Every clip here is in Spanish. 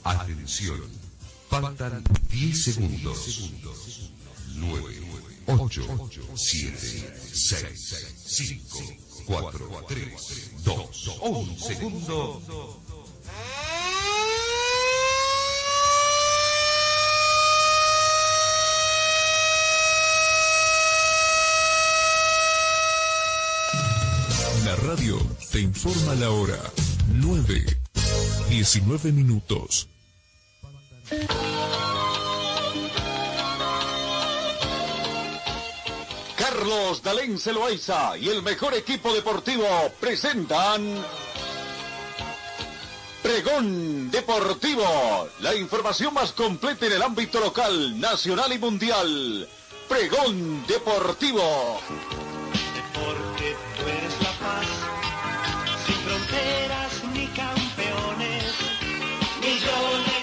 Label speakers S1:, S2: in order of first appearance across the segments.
S1: Atención, faltan 10 segundos. 9, 8, 7, 6, 5, 4, 3, 2, 1 segundo.
S2: La radio te informa la hora. 9:19 minutos.
S3: Carlos Dalén Celoaiza y el mejor equipo deportivo presentan Pregón Deportivo, la información más completa en el ámbito local, nacional y mundial. Pregón Deportivo.
S4: Porque tú eres la paz, sin fronteras ni campeones, millones.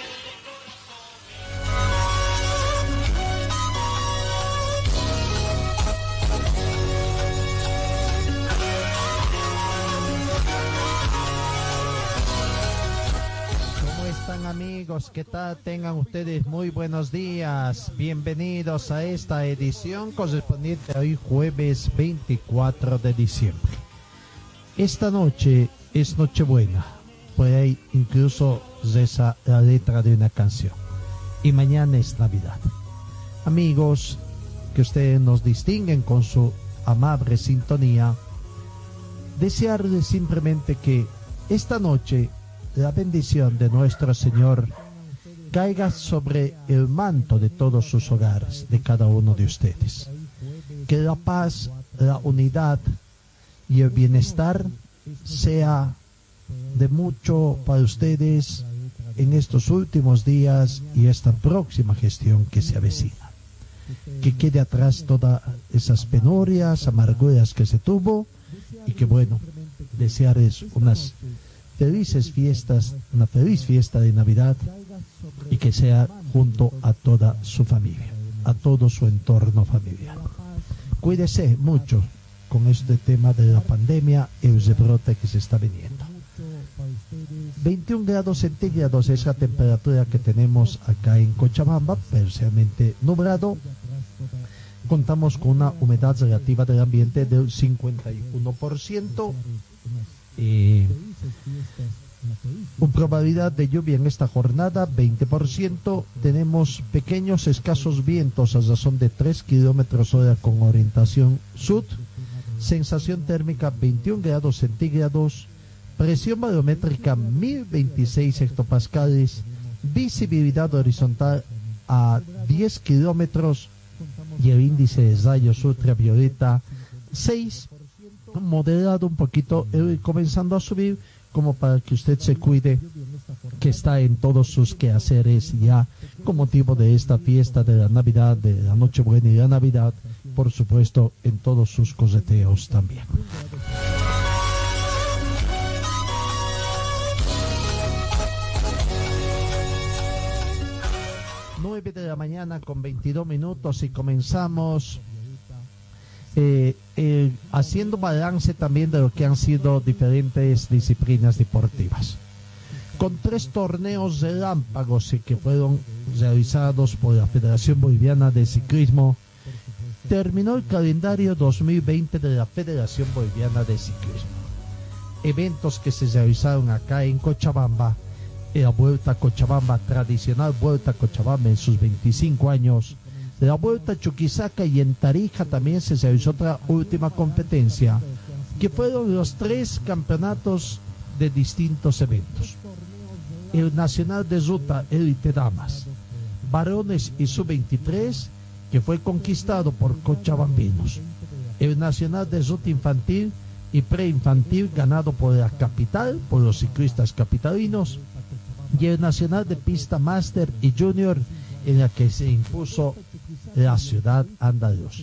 S5: ¿Cómo están, amigos? ¿Qué tal? Tengan ustedes muy buenos días. Bienvenidos a esta edición correspondiente a hoy, jueves 24 de diciembre. Esta noche es Nochebuena. Por ahí incluso reza la letra de una canción. Y mañana es Navidad. Amigos, que ustedes nos distinguen con su amable sintonía, desearles simplemente que esta noche la bendición de nuestro Señor caiga sobre el manto de todos sus hogares, de cada uno de ustedes. Que la paz, la unidad y el bienestar sea de mucho para ustedes en estos últimos días y esta próxima gestión que se avecina. Que quede atrás todas esas penurias, amarguras que se tuvo y que, bueno, desearles unas felices fiestas, una feliz fiesta de Navidad y que sea junto a toda su familia, a todo su entorno familiar. Cuídese mucho con este tema de la pandemia, el rebrote que se está viniendo. 21 grados centígrados es la temperatura que tenemos acá en Cochabamba, parcialmente nublado. Contamos con una humedad relativa del ambiente del 51%. Con probabilidad de lluvia en esta jornada 20%. Tenemos pequeños escasos vientos a razón de 3 km/h con orientación sur. Sensación térmica 21 grados centígrados. Presión barométrica 1026 hectopascales. Visibilidad horizontal a 10 kilómetros y el índice de rayos ultravioleta 6, moderado un poquito, comenzando a subir, como para que usted se cuide, que está en todos sus quehaceres ya con motivo de esta fiesta de la Navidad, de la Nochebuena y la Navidad, por supuesto en todos sus coseteos también. De la mañana con 22 minutos y comenzamos haciendo balance también de lo que han sido diferentes disciplinas deportivas, con 3 torneos relámpagos que fueron realizados por la Federación Boliviana de Ciclismo. Terminó el calendario 2020 de la Federación Boliviana de Ciclismo, eventos que se realizaron acá en Cochabamba. La Vuelta a Cochabamba, tradicional Vuelta a Cochabamba en sus 25 años. La Vuelta a Chuquisaca, y en Tarija también se realizó otra última competencia, que fueron los 3 campeonatos de distintos eventos. El Nacional de Ruta Élite Damas, varones y sub-23, que fue conquistado por cochabambinos. El Nacional de Ruta Infantil y Preinfantil, ganado por la capital, por los ciclistas capitalinos. Y el Nacional de Pista Máster y Junior, en la que se impuso la ciudad andaluz.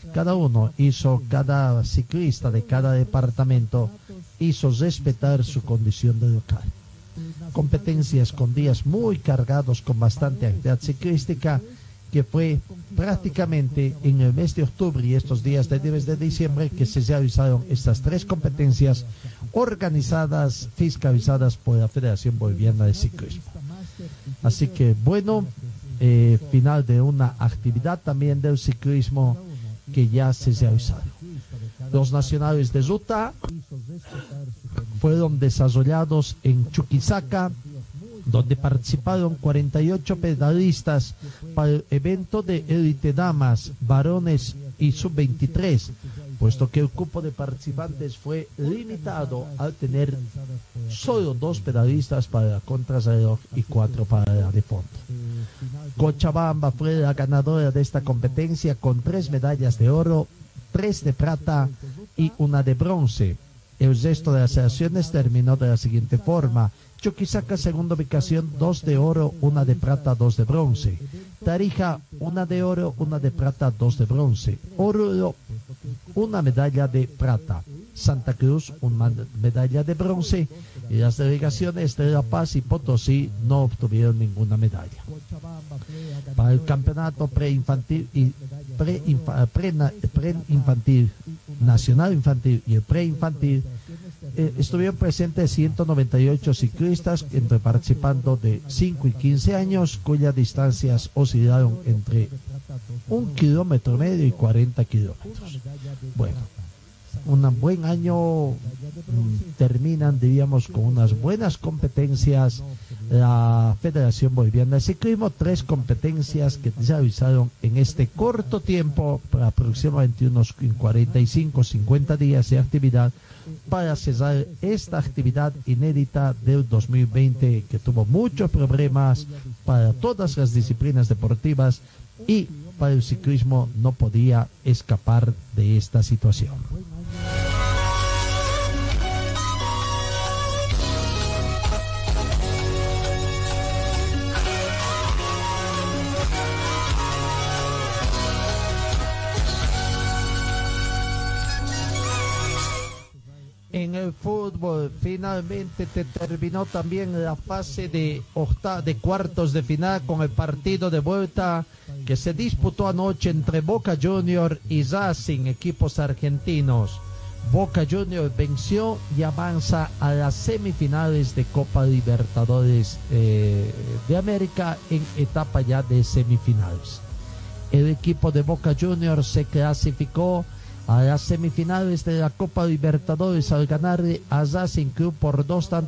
S5: Cada ciclista de cada departamento hizo respetar su condición de local. Competencias con días muy cargados, con bastante actividad ciclística, que fue prácticamente en el mes de octubre y estos días de diciembre que se realizaron estas 3 competencias organizadas, fiscalizadas por la Federación Boliviana de Ciclismo. Así que bueno, final de una actividad también del ciclismo que ya se realizaron. Los nacionales de ruta fueron desarrollados en Chuquisaca, donde participaron 48 pedalistas para el evento de élite damas, varones y sub-23, puesto que el cupo de participantes fue limitado al tener solo 2 pedalistas para la contrarreloj y 4 para la de fondo. Cochabamba fue la ganadora de esta competencia con 3 medallas de oro, 3 de plata y 1 de bronce. El resto de las naciones terminó de la siguiente forma: Chuquisaca, segunda ubicación, 2 de oro, 1 de plata, 2 de bronce. Tarija, 1 de oro, 1 de plata, 2 de bronce. Oruro, 1 medalla de plata. Santa Cruz, 1 medalla de bronce. Y las delegaciones de La Paz y Potosí no obtuvieron ninguna medalla. Para el campeonato preinfantil y preinfantil, nacional infantil y el preinfantil, estuvieron presentes 198 ciclistas entre participando de 5 y 15 años, cuyas distancias oscilaron entre 1,5 kilómetros y 40 kilómetros. Bueno, un buen año, terminan, diríamos, con unas buenas competencias la Federación Boliviana de Ciclismo. 3 competencias que se realizaron en este corto tiempo, para aproximadamente unos 45-50 días de actividad, para cerrar esta actividad inédita del 2020, que tuvo muchos problemas para todas las disciplinas deportivas, y para el ciclismo no podía escapar de esta situación. En el fútbol finalmente terminó también la fase de cuartos de final con el partido de vuelta que se disputó anoche entre Boca Juniors y Racing, equipos argentinos. Boca Juniors venció y avanza a las semifinales de Copa Libertadores de América, en etapa ya de semifinales. El equipo de Boca Juniors se clasificó a las semifinales de la Copa Libertadores al ganarle a Racing Club por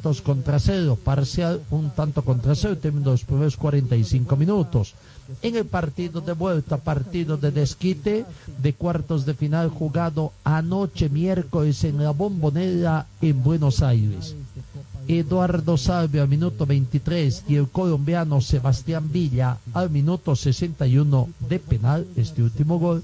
S5: 2-0, parcial 1-0, terminó los primeros 45 minutos. En el partido de vuelta, partido de desquite de cuartos de final jugado anoche miércoles en la Bombonera en Buenos Aires, Eduardo Salvio al minuto 23 y el colombiano Sebastián Villa al minuto 61 de penal, este último gol,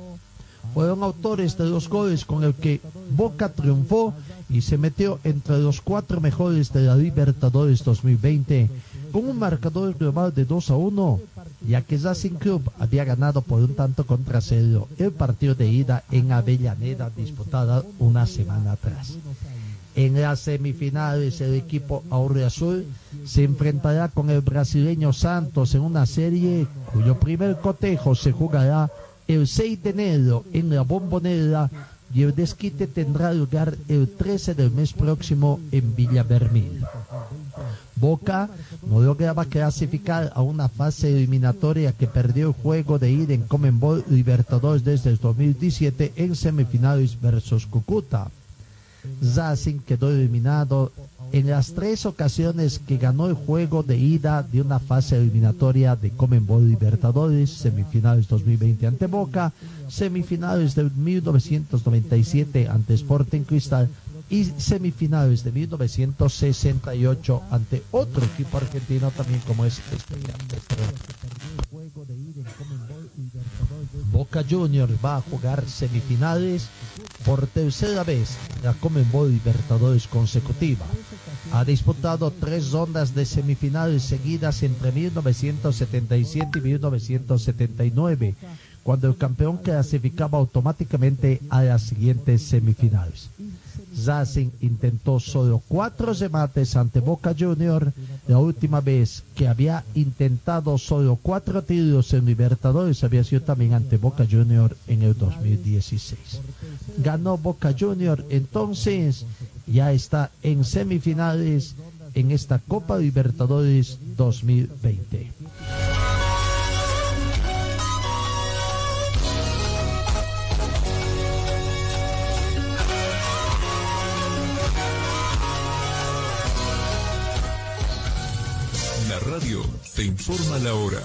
S5: fueron autores de los goles con el que Boca triunfó y se metió entre los 4 mejores de la Libertadores 2020 con un marcador global de 2-1, ya que Racing Club había ganado por 1-0 el partido de ida en Avellaneda, disputada una semana atrás. En las semifinales, el equipo auriazul se enfrentará con el brasileño Santos en una serie cuyo primer cotejo se jugará el 6 de enero en la Bombonera, y el desquite tendrá lugar el 13 del mes próximo en Villa Bermil. Boca no lograba clasificar a una fase eliminatoria que perdió el juego de ida en Conmebol Libertadores desde el 2017 en semifinales versus Cúcuta. Racing quedó eliminado en las 3 ocasiones que ganó el juego de ida de una fase eliminatoria de Conmebol Libertadores: semifinales 2020 ante Boca, semifinales de 1997 ante Sporting Cristal y semifinales de 1968 ante otro equipo argentino también como es Estudiantes. Boca Juniors va a jugar semifinales por tercera vez la Conmebol Libertadores consecutiva. Ha disputado 3 rondas de semifinales seguidas entre 1977 y 1979, cuando el campeón clasificaba automáticamente a las siguientes semifinales. Racing intentó solo 4 remates ante Boca Juniors. La última vez que había intentado solo 4 tiros en Libertadores había sido también ante Boca Juniors en el 2016. Ganó Boca Juniors, entonces ya está en semifinales en esta Copa Libertadores 2020.
S2: La radio te informa la hora.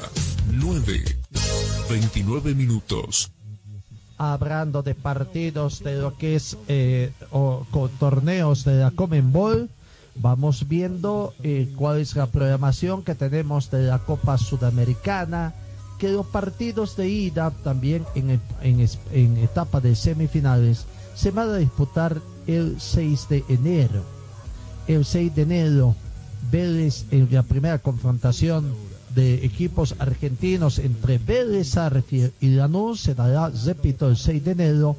S2: 9:29 minutos.
S5: Hablando de partidos de lo que es con torneos de la Conmebol, vamos viendo cuál es la programación que tenemos de la Copa Sudamericana, que los partidos de ida también en etapa de semifinales se van a disputar el 6 de enero. El 6 de enero, Vélez en la primera confrontación de equipos argentinos entre Vélez Sarsfield y Lanús se dará, repito, el 6 de enero,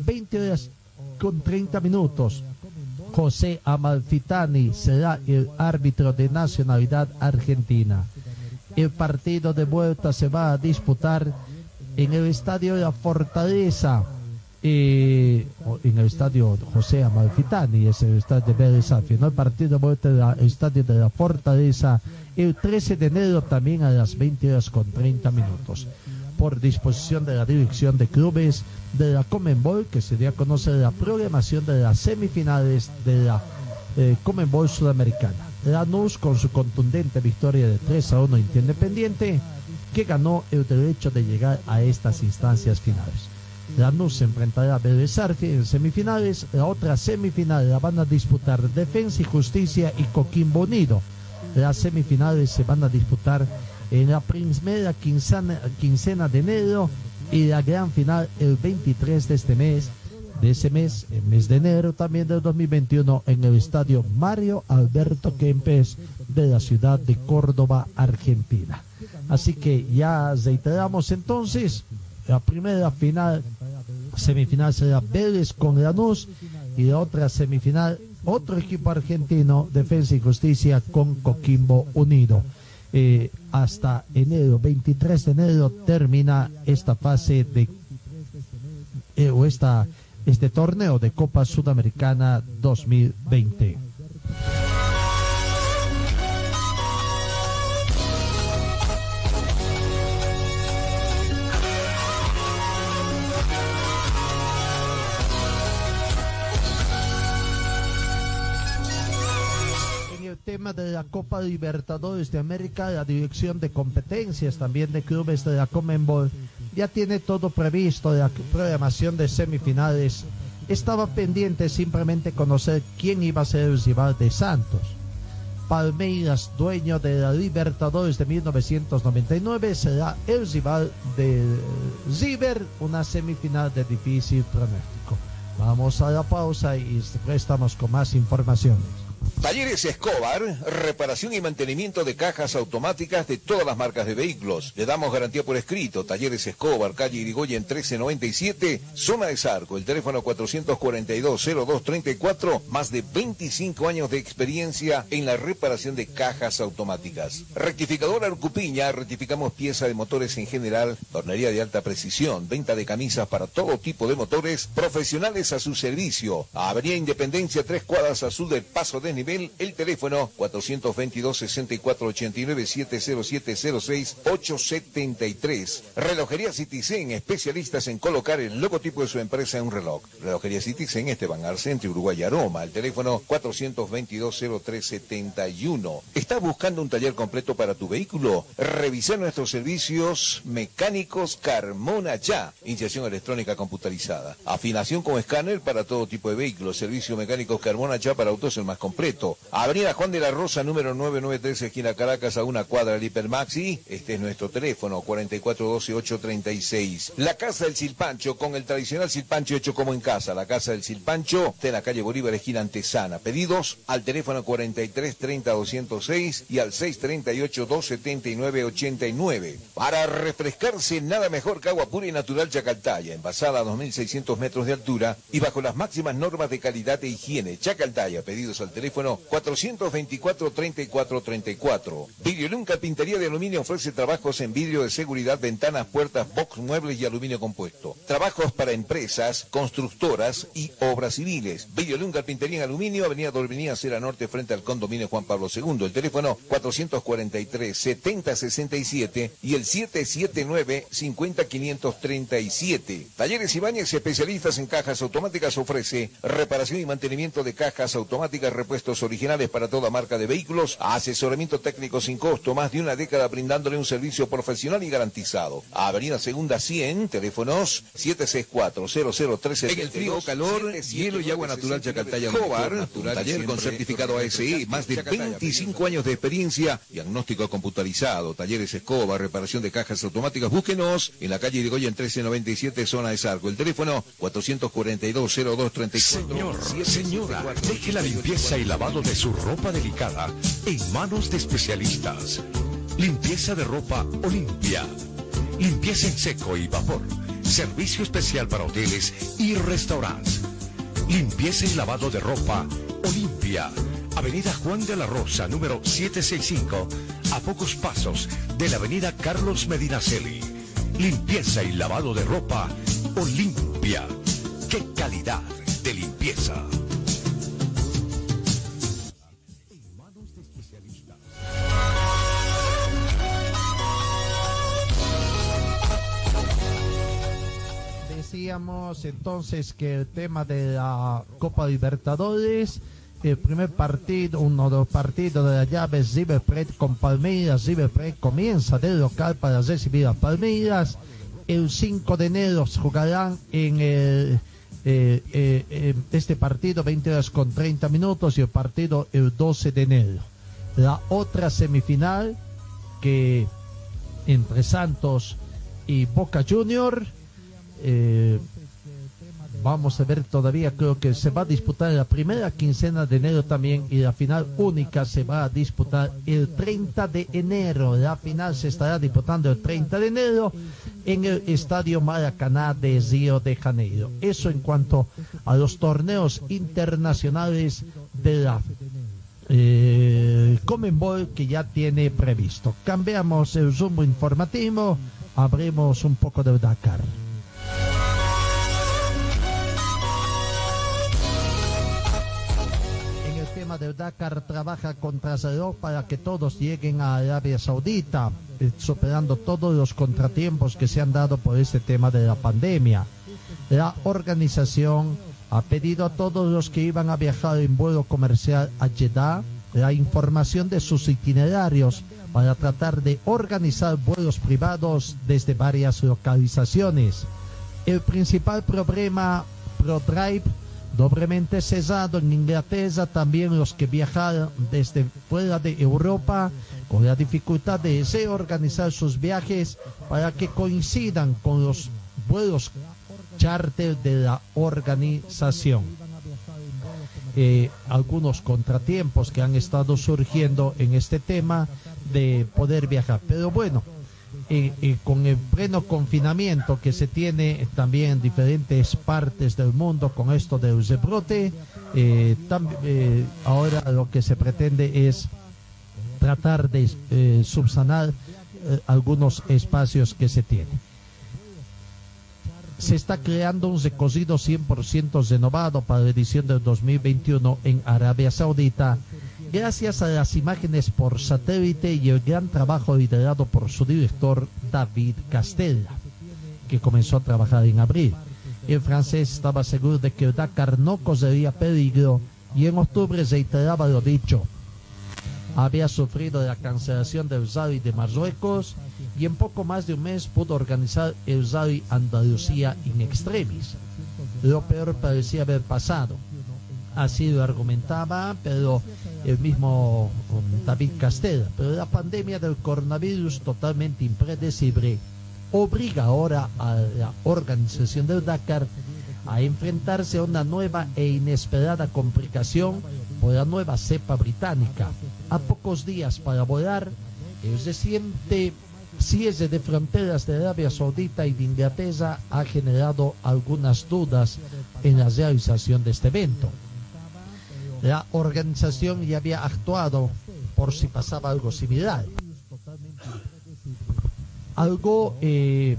S5: 20:30. José Amalfitani será el árbitro de nacionalidad argentina. El partido de vuelta se va a disputar en el Estadio de la Fortaleza, en el Estadio José Amalfitani, es el estadio de Vélez Sarsfield, ¿no? El partido de vuelta del Estadio de la Fortaleza el 13 de enero también a las 20:30, por disposición de la Dirección de Clubes de la Conmebol, que se dio a conocer la programación de las semifinales de la Conmebol Sudamericana. Lanús, con su contundente victoria de 3-1 ante Independiente, que ganó el derecho de llegar a estas instancias finales. Lanús se enfrentará a Vélez Sarsfield en semifinales. La otra semifinal la van a disputar Defensa y Justicia y Coquimbo Unido. Las semifinales se van a disputar en la primera quincena de enero y la gran final el 23 de ese mes, el mes de enero también del 2021, en el estadio Mario Alberto Kempes de la ciudad de Córdoba, Argentina. Así que ya reiteramos entonces, la primera semifinal será Vélez con Lanús, y la otra semifinal, otro equipo argentino, Defensa y Justicia con Coquimbo Unido. Hasta enero, 23 de enero, termina esta fase de este torneo de Copa Sudamericana 2020. Tema de la Copa Libertadores de América, la Dirección de Competencias también de clubes de la Conmebol ya tiene todo previsto, la programación de semifinales. Estaba pendiente simplemente conocer quién iba a ser el rival de Santos. Palmeiras, dueño de la Libertadores de 1999, será el rival de River, una semifinal de difícil pronóstico. Vamos a la pausa y después estamos con más informaciones.
S6: Talleres Escobar, reparación y mantenimiento de cajas automáticas de todas las marcas de vehículos. Le damos garantía por escrito. Talleres Escobar, calle Irigoyen 1397, zona de Zarco. El teléfono 442-0234, más de 25 años de experiencia en la reparación de cajas automáticas. Rectificadora Arcupiña, rectificamos pieza de motores en general, tornería de alta precisión, venta de camisas para todo tipo de motores, profesionales a su servicio. Avenida Independencia, 3 cuadras al sur del Paso de Nivel. El teléfono 422-6489-70706-873. Relojería Citizen, especialistas en colocar el logotipo de su empresa en un reloj. Relojería Citizen, Esteban Arce, entre Uruguay y Aroma. El teléfono 422-0371. ¿Estás buscando un taller completo para tu vehículo? Revisa nuestros servicios mecánicos Carmona Ya. Inyección electrónica computarizada. Afinación con escáner para todo tipo de vehículos. Servicio mecánicos Carmona Ya para autos el más completo. Avenida Juan de la Rosa, número 993, esquina Caracas, a una cuadra del Hipermaxi. Este es nuestro teléfono, 4412-836. La Casa del Silpancho, con el tradicional silpancho hecho como en casa. La Casa del Silpancho, está en la calle Bolívar, esquina Antesana. Pedidos al teléfono 4330-206 y al 638-279-89. Para refrescarse, nada mejor que agua pura y natural Chacaltaya, envasada a 2.600 metros de altura y bajo las máximas normas de calidad e higiene. Chacaltaya, pedidos al teléfono teléfono 424-3434. Videolum Carpintería de Aluminio ofrece trabajos en vidrio de seguridad, ventanas, puertas, box, muebles y aluminio compuesto. Trabajos para empresas, constructoras y obras civiles. Videolum Carpintería en Aluminio, Avenida Dorminía, Cera Norte, frente al condominio Juan Pablo II. El teléfono 443-7067 y el 779-50537. Talleres Ibáñez, especialistas en cajas automáticas, ofrece reparación y mantenimiento de cajas automáticas, repuestos originales para toda marca de vehículos, asesoramiento técnico sin costo, más de una década brindándole un servicio profesional y garantizado. Avenida Segunda 100, teléfonos 764-0013.
S7: En el frío o calor, hielo y agua natural Chacaltaya Escobar, taller con certificado ASE, más de 25 años de experiencia, diagnóstico computarizado, talleres Escobar, reparación de cajas automáticas. Búsquenos en la calle Irigoyen 1397, zona de Sarco. El teléfono 442-0234.
S8: Señor, señora, deje la limpieza y lavado de su ropa delicada en manos de especialistas. Limpieza de ropa Olimpia. Limpieza en seco y vapor. Servicio especial para hoteles y restaurantes. Limpieza y lavado de ropa Olimpia. Avenida Juan de la Rosa, número 765, a pocos pasos de la avenida Carlos Medinaceli. Limpieza y lavado de ropa Olimpia. ¡Qué calidad de limpieza!
S5: Decíamos entonces que el tema de la Copa Libertadores, el primer partido, uno de los partidos de la llave es River Plate con Palmeiras. River Plate comienza de local para recibir a Palmeiras. El 5 de enero jugarán en este partido 20 horas con 30 minutos y el partido el 12 de enero. La otra semifinal que entre Santos y Boca Junior, vamos a ver todavía, creo que se va a disputar la primera quincena de enero también, y la final única se va a disputar el 30 de enero. La final se estará disputando el 30 de enero en el Estadio Maracaná de Río de Janeiro. Eso en cuanto a los torneos internacionales de la Conmebol que ya tiene previsto. Cambiamos el rumbo informativo, abrimos un poco del Dakar. Del Dakar trabaja contra reloj para que todos lleguen a Arabia Saudita, superando todos los contratiempos que se han dado por este tema de la pandemia. La organización ha pedido a todos los que iban a viajar en vuelo comercial a Jeddah la información de sus itinerarios para tratar de organizar vuelos privados desde varias localizaciones. El principal problema, ProDrive, doblemente cesado en Inglaterra, también los que viajaron desde fuera de Europa con la dificultad de reorganizar sus viajes para que coincidan con los vuelos charter de la organización. Algunos contratiempos que han estado surgiendo en este tema de poder viajar, pero bueno, con el pleno confinamiento que se tiene también en diferentes partes del mundo con esto del rebrote, ahora lo que se pretende es tratar de subsanar algunos espacios que se tienen. Se está creando un recorrido 100% renovado para la edición del 2021 en Arabia Saudita, gracias a las imágenes por satélite y el gran trabajo liderado por su director David Castella, que comenzó a trabajar en abril. El francés estaba seguro de que el Dakar no correría peligro y en octubre reiteraba lo dicho. Había sufrido la cancelación del Rally de Marruecos y en poco más de un mes pudo organizar el Rally Andalucía in extremis. Lo peor parecía haber pasado. Así lo argumentaba, pero el mismo David Castella. Pero la pandemia del coronavirus, totalmente impredecible, obliga ahora a la organización del Dakar a enfrentarse a una nueva e inesperada complicación por la nueva cepa británica. A pocos días para volar, el reciente cierre de fronteras de Arabia Saudita y de Inglaterra ha generado algunas dudas en la realización de este evento. la organización ya había actuado por si pasaba algo similar. Algo que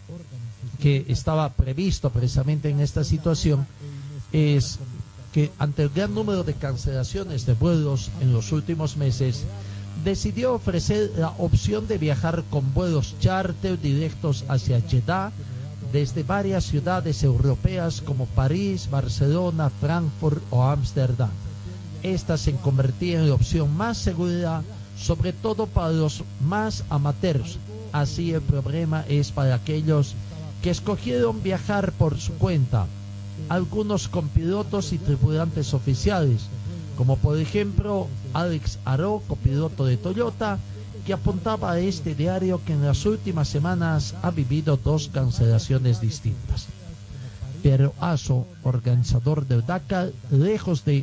S5: estaba previsto precisamente en esta situación es que ante el gran número de cancelaciones de vuelos en los últimos meses, decidió ofrecer la opción de viajar con vuelos charter directos hacia Jeddah desde varias ciudades europeas como París, Barcelona, Frankfurt o Ámsterdam. Esta se convertía en la opción más segura, sobre todo para los más amateurs. Así el problema es para aquellos que escogieron viajar por su cuenta, algunos con pilotos y tripulantes oficiales, como por ejemplo Alex Aro, copiloto de Toyota, que apuntaba a este diario que en las últimas semanas ha vivido 2 cancelaciones distintas. Pero Aso, organizador del Dakar, lejos de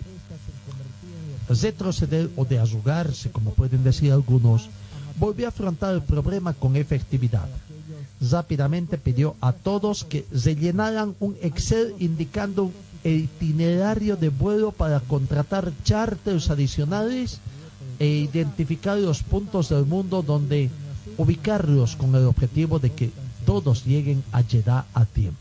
S5: retroceder o de arrugarse, como pueden decir algunos, volvió a afrontar el problema con efectividad. Rápidamente pidió a todos que rellenaran un Excel indicando el itinerario de vuelo para contratar charters adicionales e identificar los puntos del mundo donde ubicarlos con el objetivo de que todos lleguen a Jeddah a tiempo.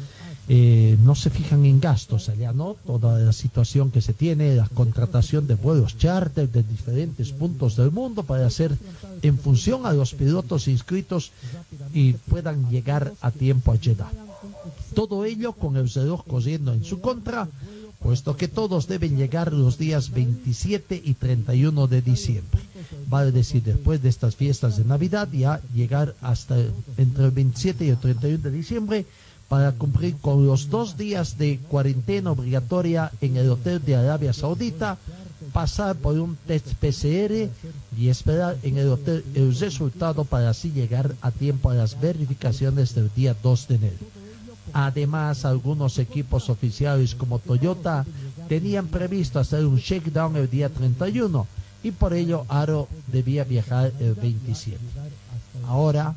S5: No se fijan en gastos allá, ¿no? Toda la situación que se tiene, la contratación de vuelos charter de diferentes puntos del mundo para hacer en función a los pilotos inscritos y puedan llegar a tiempo a Jeddah. Todo ello con el reloj corriendo en su contra, puesto que todos deben llegar los días 27 y 31 de diciembre. Vale decir, después de estas fiestas de Navidad, ya llegar hasta entre el 27 y el 31 de diciembre para cumplir con los 2 días de cuarentena obligatoria en el hotel de Arabia Saudita, pasar por un test PCR y esperar en el hotel el resultado para así llegar a tiempo a las verificaciones del día 2 de enero. Además, algunos equipos oficiales como Toyota tenían previsto hacer un shakedown el día 31 y por ello Aro debía viajar el 27. Ahora,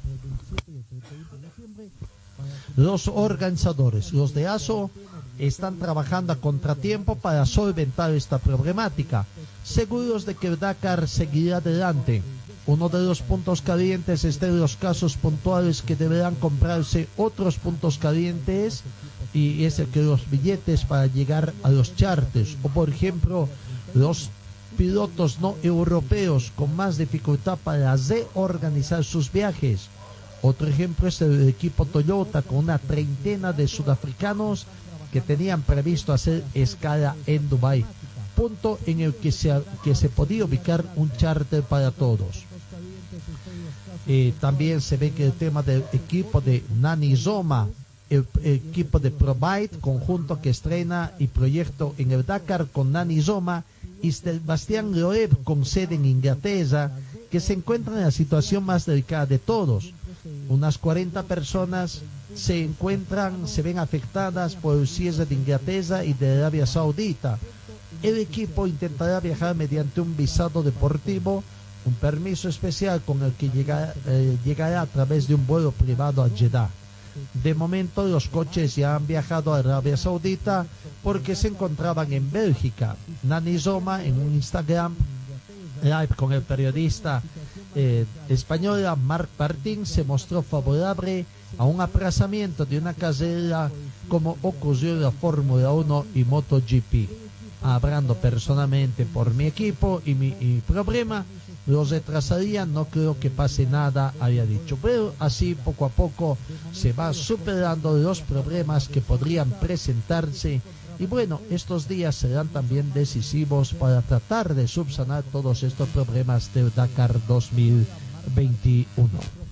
S5: los organizadores, los de ASO, están trabajando a contratiempo para solventar esta problemática, seguros de que el Dakar seguirá adelante. Uno de los puntos calientes está en los casos puntuales que deberán comprarse otros puntos calientes, y es el que los billetes para llegar a los charters, o por ejemplo los pilotos no europeos con más dificultad para reorganizar sus viajes. Otro ejemplo es el equipo Toyota con una treintena de sudafricanos que tenían previsto hacer escala en Dubái, punto en el que se podía ubicar un charter para todos. También se ve que el tema del equipo de Nani Zoma, el equipo de Provide, conjunto que estrena y proyecto en el Dakar con Nani Zoma y Sebastián Loeb con sede en Inglaterra, que se encuentran en la situación más delicada de todos. Unas 40 personas se ven afectadas por el cierre de Inglaterra y de Arabia Saudita. El equipo intentará viajar mediante un visado deportivo, un permiso especial con el que llegará a través de un vuelo privado a Jeddah. De momento los coches ya han viajado a Arabia Saudita porque se encontraban en Bélgica. Nani Zoma en un Instagram live con el periodista española Marc Martín se mostró favorable a un aplazamiento de una carrera como ocurrió en la Fórmula 1 y MotoGP. Hablando personalmente por mi equipo y mi problema, los retrasaría, no creo que pase nada, había dicho, pero así poco a poco se va superando los problemas que podrían presentarse. Y bueno, estos días serán también decisivos para tratar de subsanar todos estos problemas del Dakar 2021.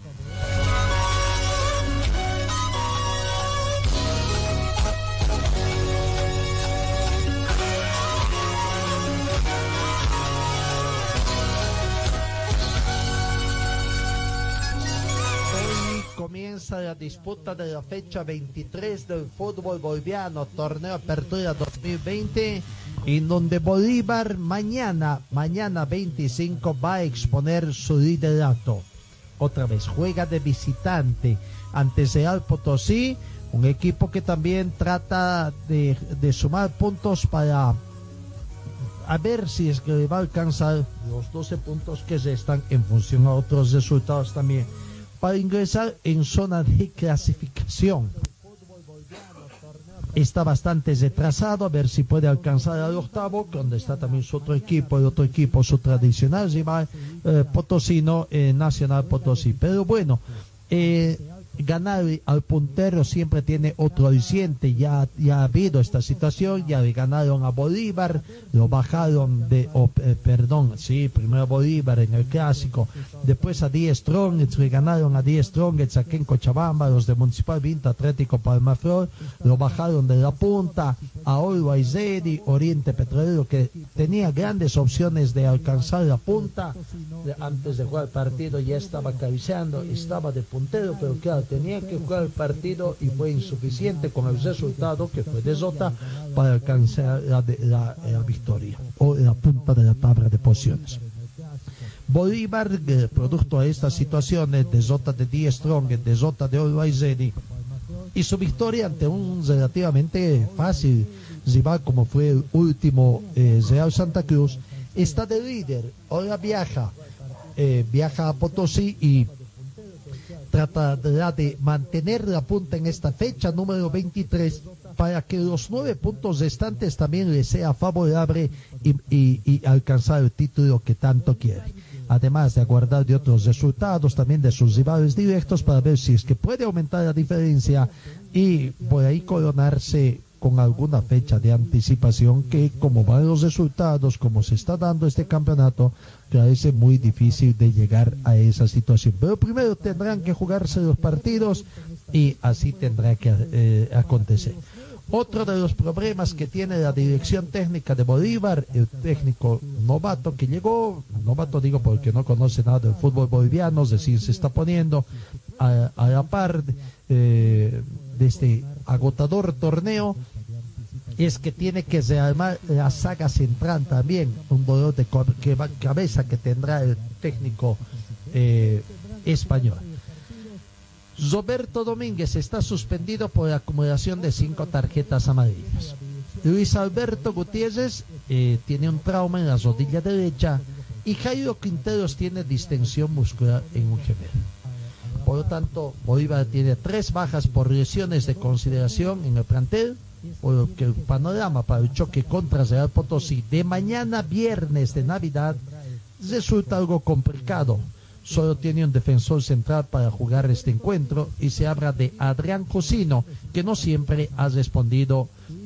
S5: Comienza la disputa de la fecha 23 del fútbol boliviano, torneo Apertura 2020, en donde Bolívar mañana 25 va a exponer su liderato. Otra vez juega de visitante ante Real Potosí, un equipo que también trata de sumar puntos para a ver si es que va a alcanzar los 12 puntos que restan en función a otros resultados también para ingresar en zona de clasificación. Está bastante retrasado, a ver si puede alcanzar al octavo, donde está también su otro equipo, el otro equipo, su tradicional rival potosino, Nacional Potosí. Pero bueno, ganar al puntero siempre tiene otro aliciente. Ya ha habido esta situación, ya le ganaron a Bolívar, lo bajaron primero Bolívar en el clásico, después a Die Strongets, le ganaron a Die Strongets aquí en Cochabamba, los de Municipal Vinto Atlético Palmaflor, lo bajaron de la punta a Always Ready, Oriente Petrolero, que tenía grandes opciones de alcanzar la punta, antes de jugar el partido ya estaba cabeceando, estaba de puntero, pero claro, tenía que jugar el partido y fue insuficiente con el resultado que fue derrota para alcanzar la victoria o la punta de la tabla de posiciones. Bolívar, producto de estas situaciones, derrota de Die Strong, derrota de Always Ready y su victoria ante un relativamente fácil rival como fue el último Real Santa Cruz, está de líder. Ahora viaja a Potosí y tratará de mantener la punta en esta fecha número 23 para que los 9 puntos restantes también le sea favorable y alcanzar el título que tanto quiere. Además de aguardar de otros resultados, también de sus rivales directos, para ver si es que puede aumentar la diferencia y por ahí coronarse con alguna fecha de anticipación, que como van los resultados, como se está dando este campeonato, parece muy difícil de llegar a esa situación. Pero primero tendrán que jugarse los partidos y así tendrá que acontecer. Otro de los problemas que tiene la dirección técnica de Bolívar, el técnico novato que llegó, novato digo porque no conoce nada del fútbol boliviano, es decir, se está poniendo a la par de este agotador torneo, es que tiene que rearmar la saga central también, un dolor de cabeza que tendrá el técnico español. Roberto Domínguez está suspendido por la acumulación de 5 tarjetas amarillas. Luis Alberto Gutiérrez tiene un trauma en la rodilla derecha y Jairo Quinteros tiene distensión muscular en un gemelo. Por lo tanto, Bolívar tiene 3 bajas por lesiones de consideración en el plantel, por lo que el panorama para el choque contra Real Potosí de mañana viernes de Navidad resulta algo complicado. Solo tiene un defensor central para jugar este encuentro y se habla de Adrián Cosino, que no siempre ha respondido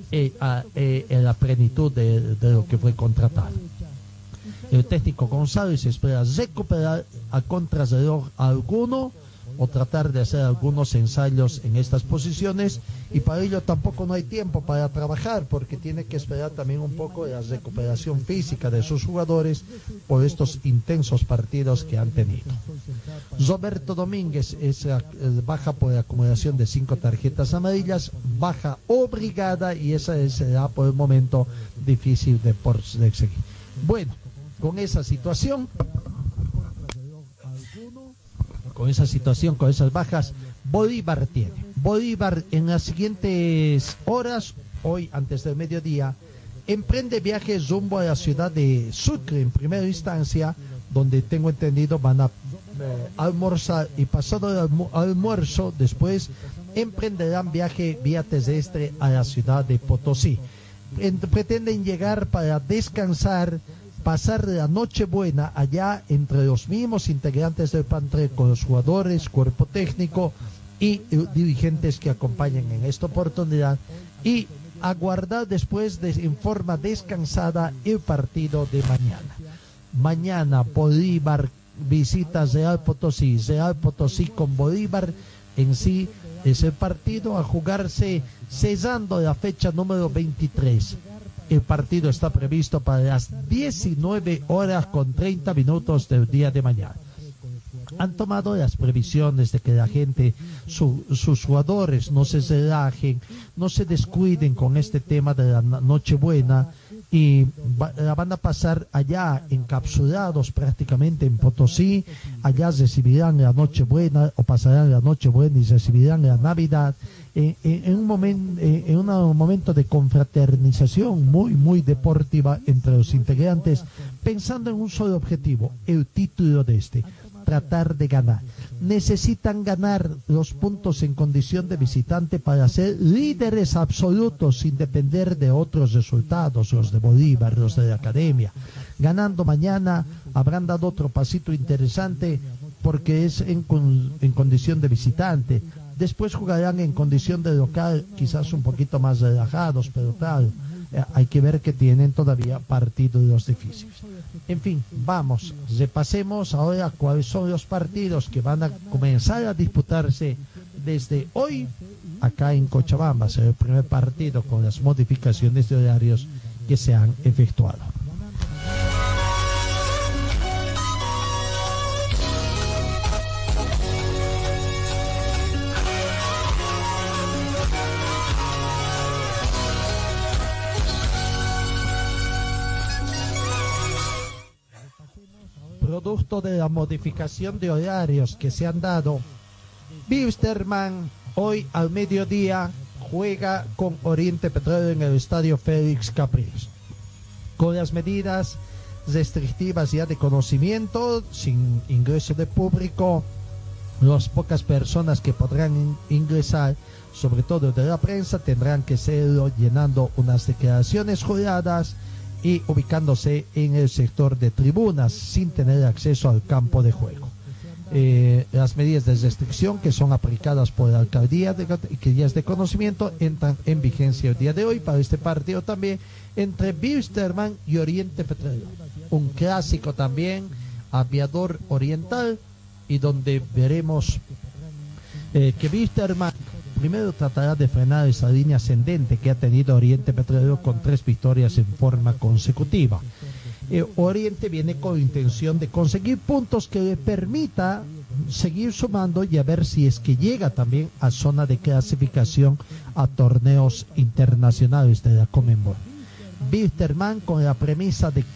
S5: en la plenitud de lo que fue contratado. El técnico González espera recuperar a contrarreloj alguno o tratar de hacer algunos ensayos en estas posiciones, y para ello tampoco no hay tiempo para trabajar, porque tiene que esperar también un poco la recuperación física de sus jugadores por estos intensos partidos que han tenido. Roberto Domínguez es baja por la acumulación de 5 tarjetas amarillas, baja obligada, y esa será por el momento difícil de seguir. Bueno, con esa situación, con esas bajas, Bolívar en las siguientes horas, hoy antes del mediodía, emprende viajes rumbo a la ciudad de Sucre en primera instancia, donde tengo entendido van a almorzar, y pasado el almuerzo después emprenderán viaje vía terrestre a la ciudad de Potosí. Pretenden llegar para descansar, pasar la Nochebuena allá entre los mismos integrantes del plantel, con los jugadores, cuerpo técnico y dirigentes que acompañan en esta oportunidad, y aguardar después en forma descansada el partido de mañana. Mañana Bolívar visita Real Potosí con Bolívar en sí es el partido a jugarse cesando la fecha número 23. El partido está previsto para las 19:30 del día de mañana. Han tomado las previsiones de que la gente, sus jugadores, no se relajen, no se descuiden con este tema de la Nochebuena, y la van a pasar allá encapsulados prácticamente en Potosí. Allá recibirán la Nochebuena o pasarán la Nochebuena y recibirán la Navidad en un momento de confraternización muy deportiva entre los integrantes, pensando en un solo objetivo, el título de tratar de ganar. Necesitan ganar los puntos en condición de visitante para ser líderes absolutos sin depender de otros resultados, los de Bolívar, los de la Academia. Ganando mañana habrán dado otro pasito interesante porque es en condición de visitante. Después jugarán en condición de local, quizás un poquito más relajados, pero claro, hay que ver que tienen todavía partidos difíciles. En fin, vamos, repasemos ahora cuáles son los partidos que van a comenzar a disputarse desde hoy acá en Cochabamba. Será el primer partido con las modificaciones de horarios que se han efectuado. Producto de la modificación de horarios que se han dado, Wilstermann hoy al mediodía juega con Oriente Petrolero en el estadio Félix Capriles. Con las medidas restrictivas ya de conocimiento, sin ingreso de público, las pocas personas que podrán ingresar, sobre todo de la prensa, tendrán que serlo llenando unas declaraciones juradas y ubicándose en el sector de tribunas sin tener acceso al campo de juego. Las medidas de restricción que son aplicadas por la alcaldía, que ya es de conocimiento, entran en vigencia el día de hoy para este partido también entre Wilstermann y Oriente Petrolero. Un clásico también, Aviador Oriental, y donde veremos que Wilstermann primero tratará de frenar esa línea ascendente que ha tenido Oriente Petrolero con 3 victorias en forma consecutiva. Oriente viene con intención de conseguir puntos que le permita seguir sumando y a ver si es que llega también a zona de clasificación a torneos internacionales de la Conmebol. Wilstermann con la premisa de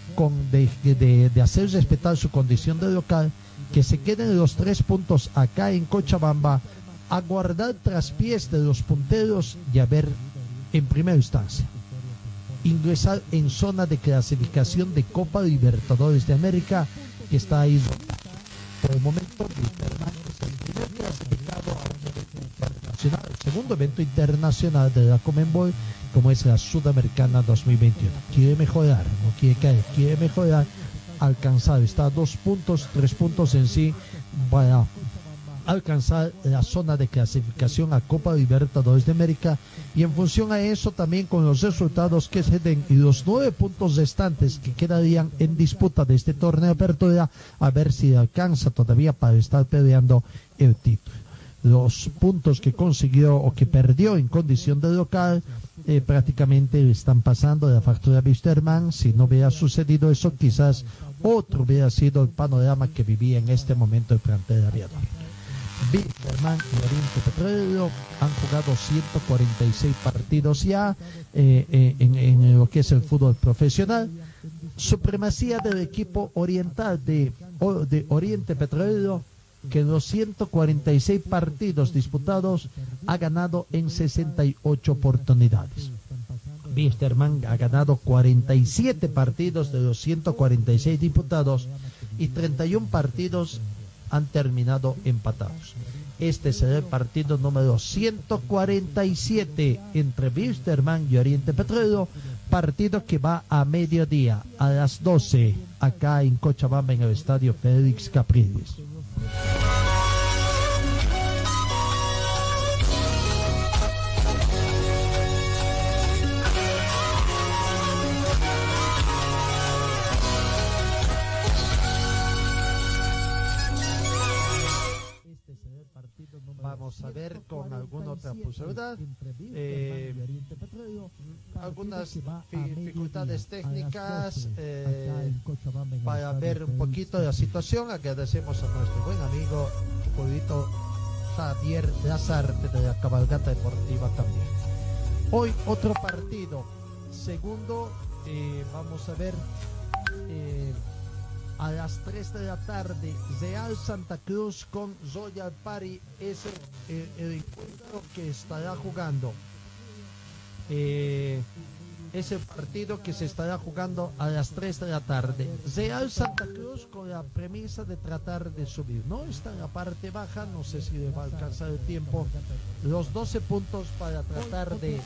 S5: hacer respetar su condición de local, que se queden los 3 puntos acá en Cochabamba, a guardar traspiés de los punteros y a ver en primera instancia ingresar en zona de clasificación de Copa Libertadores de América, que está ahí. Por el momento Wilstermann es el primer clasificado a un evento internacional, el segundo evento internacional de la Conmebol, como es la Sudamericana 2021. Quiere mejorar, no quiere caer, quiere mejorar, alcanzar, está a 2 puntos, 3 puntos en sí para alcanzar la zona de clasificación a Copa Libertadores de América, y en función a eso también con los resultados que se den y los 9 puntos restantes que quedarían en disputa de este torneo de apertura, a ver si alcanza todavía para estar peleando el título. Los puntos que consiguió o que perdió en condición de local prácticamente le están pasando de la factura a Wilstermann. Si no hubiera sucedido eso, quizás otro hubiera sido el panorama que vivía en este momento el plantel Aviador. Wilstermann y Oriente Petrolero han jugado 146 partidos ya en lo que es el fútbol profesional. Supremacía del equipo oriental de Oriente Petrolero, que en los 146 partidos disputados ha ganado en 68 oportunidades. Wilstermann ha ganado 47 partidos de los 146 disputados y 31 partidos han terminado empatados. Este será el partido número 147 entre Wilstermann y Oriente Petrolero, partido que va a mediodía, a las 12, acá en Cochabamba, en el estadio Félix Capriles. Vamos a ver con alguna otra posibilidad, algunas dificultades técnicas para ver un poquito de la situación. Agradecemos a nuestro buen amigo Julito Javier Lazarte de la Cabalgata Deportiva también. Hoy otro partido, segundo vamos a ver, a las 3 de la tarde, Real Santa Cruz con Royal Party es el encuentro que estará jugando. Es el partido que se estará jugando a las 3 de la tarde. Real Santa Cruz con la premisa de tratar de subir. No está en la parte baja, no sé si le va a alcanzar el tiempo. Los 12 puntos para tratar de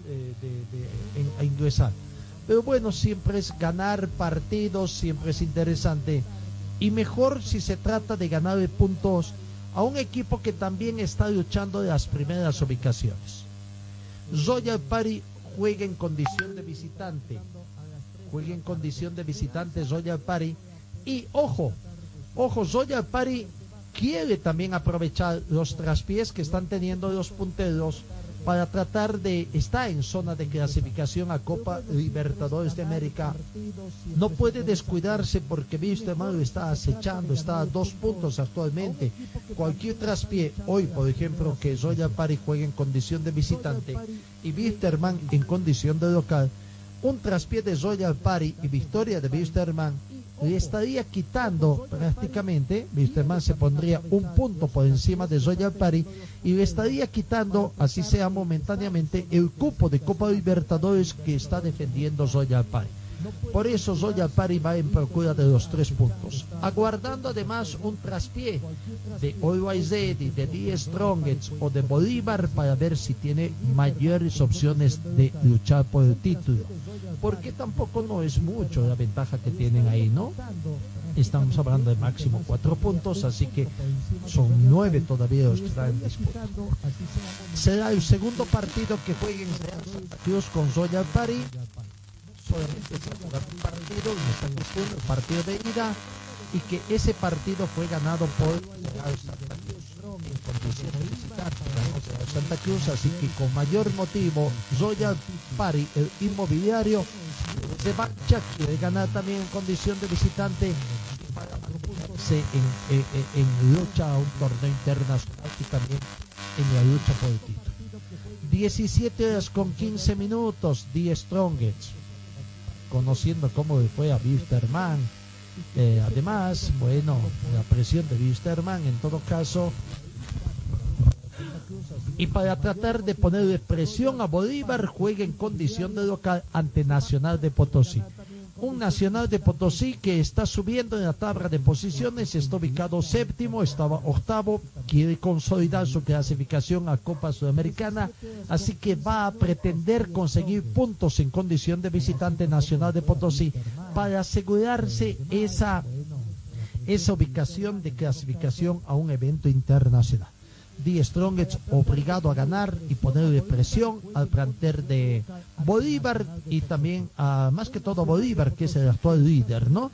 S5: ingresar. Pero bueno, siempre es ganar partidos, siempre es interesante. Y mejor si se trata de ganar puntos a un equipo que también está luchando de las primeras ubicaciones. Royal Party juega en condición de visitante. Juega en condición de visitante Royal Party. Y ojo, Royal Party quiere también aprovechar los traspiés que están teniendo los punteros para tratar de estar en zona de clasificación a Copa Libertadores de América. No puede descuidarse porque Wilstermann lo está acechando, está a 2 puntos actualmente. Cualquier traspié, hoy por ejemplo que Royal Party juegue en condición de visitante y Wilstermann en condición de local, un traspié de Royal Party y victoria de Wilstermann le estaría quitando prácticamente, Wilstermann se pondría 1 punto por encima de Royal Party y le estaría quitando, así sea momentáneamente, el cupo de Copa Libertadores que está defendiendo Royal Party. Por eso Royal Party va en procura de los 3 puntos, aguardando además un traspié de Always Ready, de The Strongest o de Bolívar para ver si tiene mayores opciones de luchar por el título, porque tampoco no es mucho la ventaja que tienen ahí, ¿no? Estamos hablando de máximo 4 puntos, así que son 9 todavía los que están en disputa. Será el segundo partido que jueguen Real Santa Cruz con Royal Party. Solamente se jugar un partido, no están diciendo, el partido de ida, y que ese partido fue ganado por Real Santa Cruz en condición de visitante, Real Santa Cruz, así que con mayor motivo Royal Party, el inmobiliario, se marcha, quiere ganar también en condición de visitante para mantenerse en lucha a un torneo internacional y también en la lucha por el título. 17 horas con 15 minutos, The Strongest, conociendo cómo le fue a Wilstermann. Además, bueno, la presión de Wilstermann en todo caso, y para tratar de ponerle presión a Bolívar, juega en condición de local ante Nacional de Potosí. Un Nacional de Potosí que está subiendo en la tabla de posiciones, está ubicado 7º, estaba 8º, quiere consolidar su clasificación a Copa Sudamericana, así que va a pretender conseguir puntos en condición de visitante Nacional de Potosí para asegurarse esa ubicación de clasificación a un evento internacional. The Strongest obligado a ganar y ponerle presión al plantel de Bolívar y también a, más que todo a Bolívar, que es el actual líder, ¿no?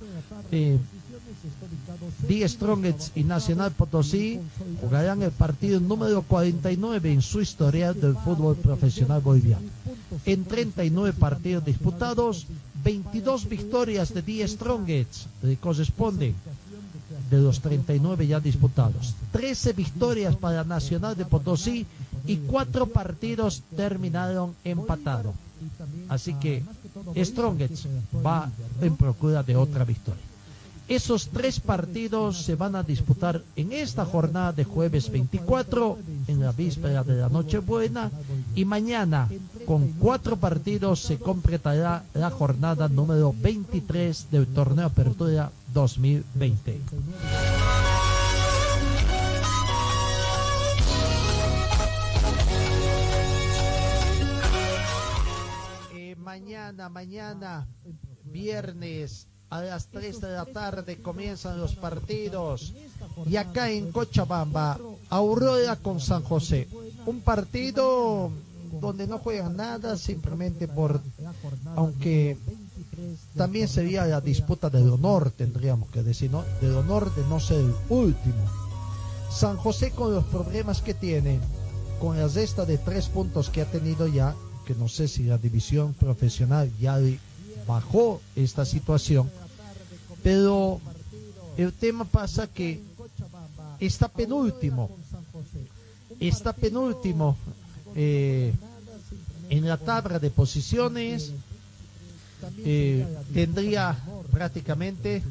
S5: The Strongest y Nacional Potosí jugarán el partido número 49 en su historial del fútbol profesional boliviano. En 39 partidos disputados, 22 victorias de The Strongest le corresponden de los 39 ya disputados, 13 victorias para Nacional de Potosí y 4 partidos terminaron empatados. Así que Strongest va en procura de otra victoria. Esos 3 partidos se van a disputar en esta jornada de jueves 24, en la víspera de la Nochebuena, y mañana con 4 partidos se completará la jornada número 23 del Torneo Apertura 2020. Mañana, viernes, a las 3 de la tarde comienzan los partidos. Y acá en Cochabamba, Aurora con San José. Un partido donde no juegan nada, simplemente aunque también sería la disputa del honor, tendríamos que decir, ¿no? Del honor de no ser el último. San José, con los problemas que tiene, con la cesta de 3 puntos que ha tenido ya, que no sé si la división profesional ya bajó esta situación, pero el tema pasa que está penúltimo en la tabla de posiciones, tendría prácticamente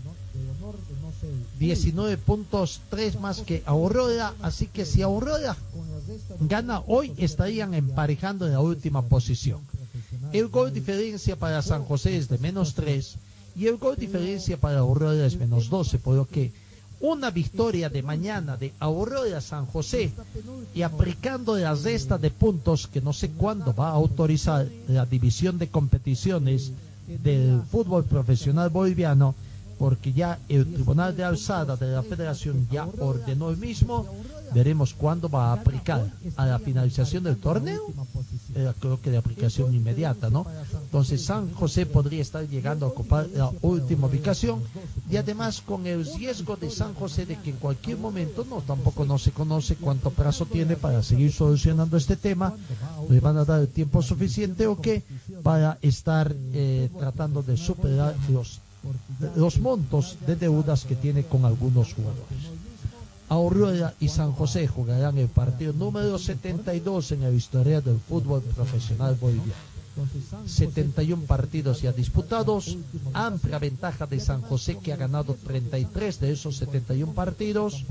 S5: 19 puntos, 3 más que Aurora, así que si Aurora gana hoy estarían emparejando en la última posición. El gol diferencia para San José es de -3 y el gol diferencia para Aurora es -12, por lo que una victoria de mañana de Aurora San José y aplicando la cesta de puntos que no sé cuándo va a autorizar la división de competiciones del fútbol profesional boliviano, porque ya el Tribunal de Alzada de la Federación ya ordenó el mismo. Veremos cuándo va a aplicar a la finalización del torneo. Creo que de aplicación inmediata, ¿no? Entonces San José podría estar llegando a ocupar la última ubicación, y además con el riesgo de San José de que en cualquier momento, tampoco no se conoce cuánto plazo tiene para seguir solucionando este tema, le van a dar el tiempo suficiente o qué, para estar tratando de superar los montos de deudas que tiene con algunos jugadores. Aurora y San José jugarán el partido número 72 en la historia del fútbol profesional boliviano. 71 partidos ya disputados, amplia ventaja de San José, que ha ganado 33 de esos 71 partidos,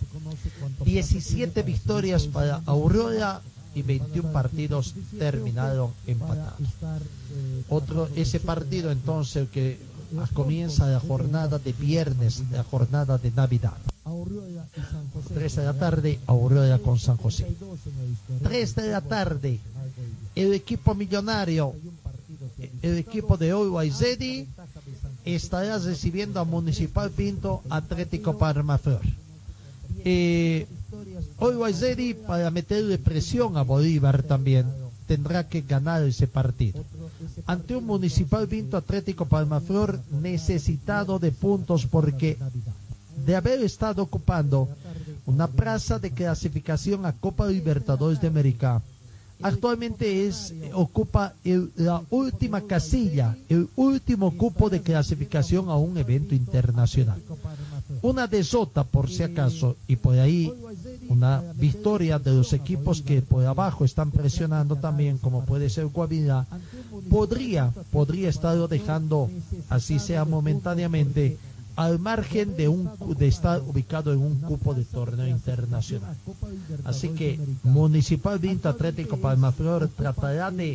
S5: 17 victorias para Aurora y 21 partidos terminaron empatados. Ese partido entonces que comienza la jornada de viernes, la jornada de Navidad. 3 de la tarde, Aurora con San José. 3 de la tarde, el equipo millonario, el equipo de Uruguay estará recibiendo a Municipal Pinto Atlético Palmaflor. Uruguay, para meterle presión a Bolívar también, tendrá que ganar ese partido. Ante un Municipal Pinto Atlético Palmaflor necesitado de puntos, porque de haber estado ocupando una plaza de clasificación a Copa Libertadores de América, actualmente ocupa la última casilla, el último cupo de clasificación a un evento internacional. Una desota, por si acaso, y por ahí una victoria de los equipos que por abajo están presionando también, como puede ser Guavirá, podría estarlo dejando, así sea momentáneamente, al margen de estar ubicado en un cupo de torneo internacional. Así que Municipal Pinto Atlético Palmaflor tratará de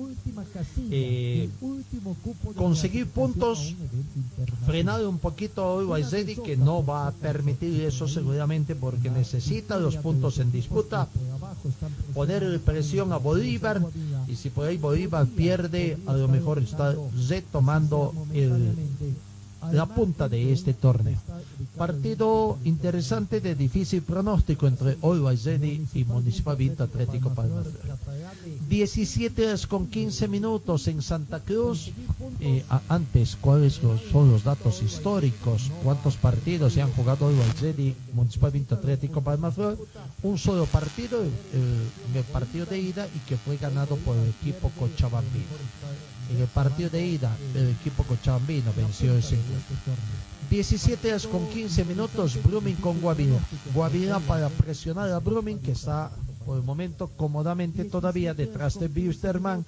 S5: conseguir puntos, frenar un poquito a Uruguay, que no va a permitir eso seguramente, porque necesita los puntos en disputa, poner presión a Bolívar, y si por ahí Bolívar pierde, a lo mejor está retomando la punta de este torneo. Partido interesante de difícil pronóstico entre Uruguay y Municipal Pinto Atlético Palmaflor. 17:15 en Santa Cruz. Antes, ¿cuáles son los datos históricos? ¿Cuántos partidos se han jugado Uruguay y Municipal Pinto Atlético Palmaflor? Un solo partido, el partido de ida, y que fue ganado por el equipo cochabambino. En el partido de ida, el equipo cochabambino venció ese encuentro. 17:15, Blooming con Guavirá. Guavirá para presionar a Blooming, que está por el momento cómodamente todavía detrás de Wilstermann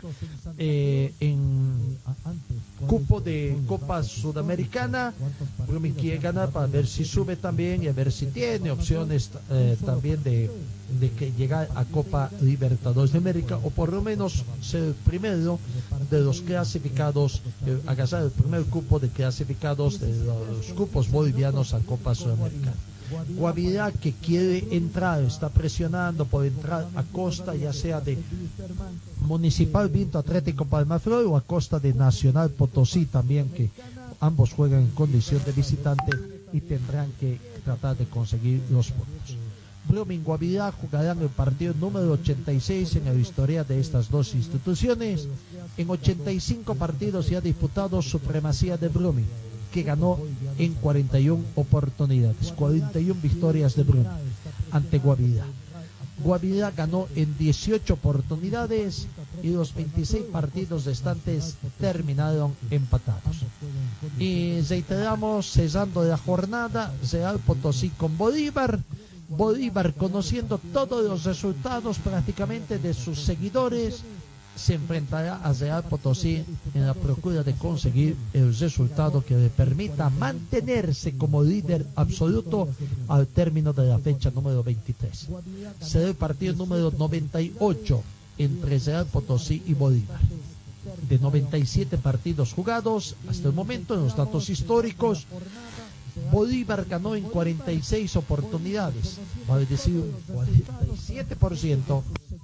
S5: en cupo de Copa Sudamericana. Blooming quiere ganar para ver si sube también y a ver si tiene opciones también de que llegar a Copa Libertadores de América, o por lo menos ser el primero de los clasificados, agasar el primer cupo de clasificados de los cupos bolivianos a Copa Sudamericana. Guavirá, que quiere entrar, está presionando por entrar a costa ya sea de Municipal Pinto Atlético Palmaflor o a costa de Nacional Potosí también, que ambos juegan en condición de visitante y tendrán que tratar de conseguir los puntos. Blooming Guavirá jugarán el partido número 86 en la historia de estas dos instituciones. En 85 partidos ya disputados, supremacía de Blooming, que ganó en 41 oportunidades, 41 victorias de Blooming ante Guavirá. Guavirá ganó en 18 oportunidades y los 26 partidos restantes terminaron empatados. Y reiteramos, cesando la jornada, Real Potosí con Bolívar. Bolívar, conociendo todos los resultados prácticamente de sus seguidores, se enfrentará a Real Potosí en la procura de conseguir el resultado que le permita mantenerse como líder absoluto al término de la fecha número 23. Será el partido número 98 entre Real Potosí y Bolívar. De 97 partidos jugados hasta el momento, en los datos históricos, Bolívar ganó en 46 oportunidades, vale decir un 47%.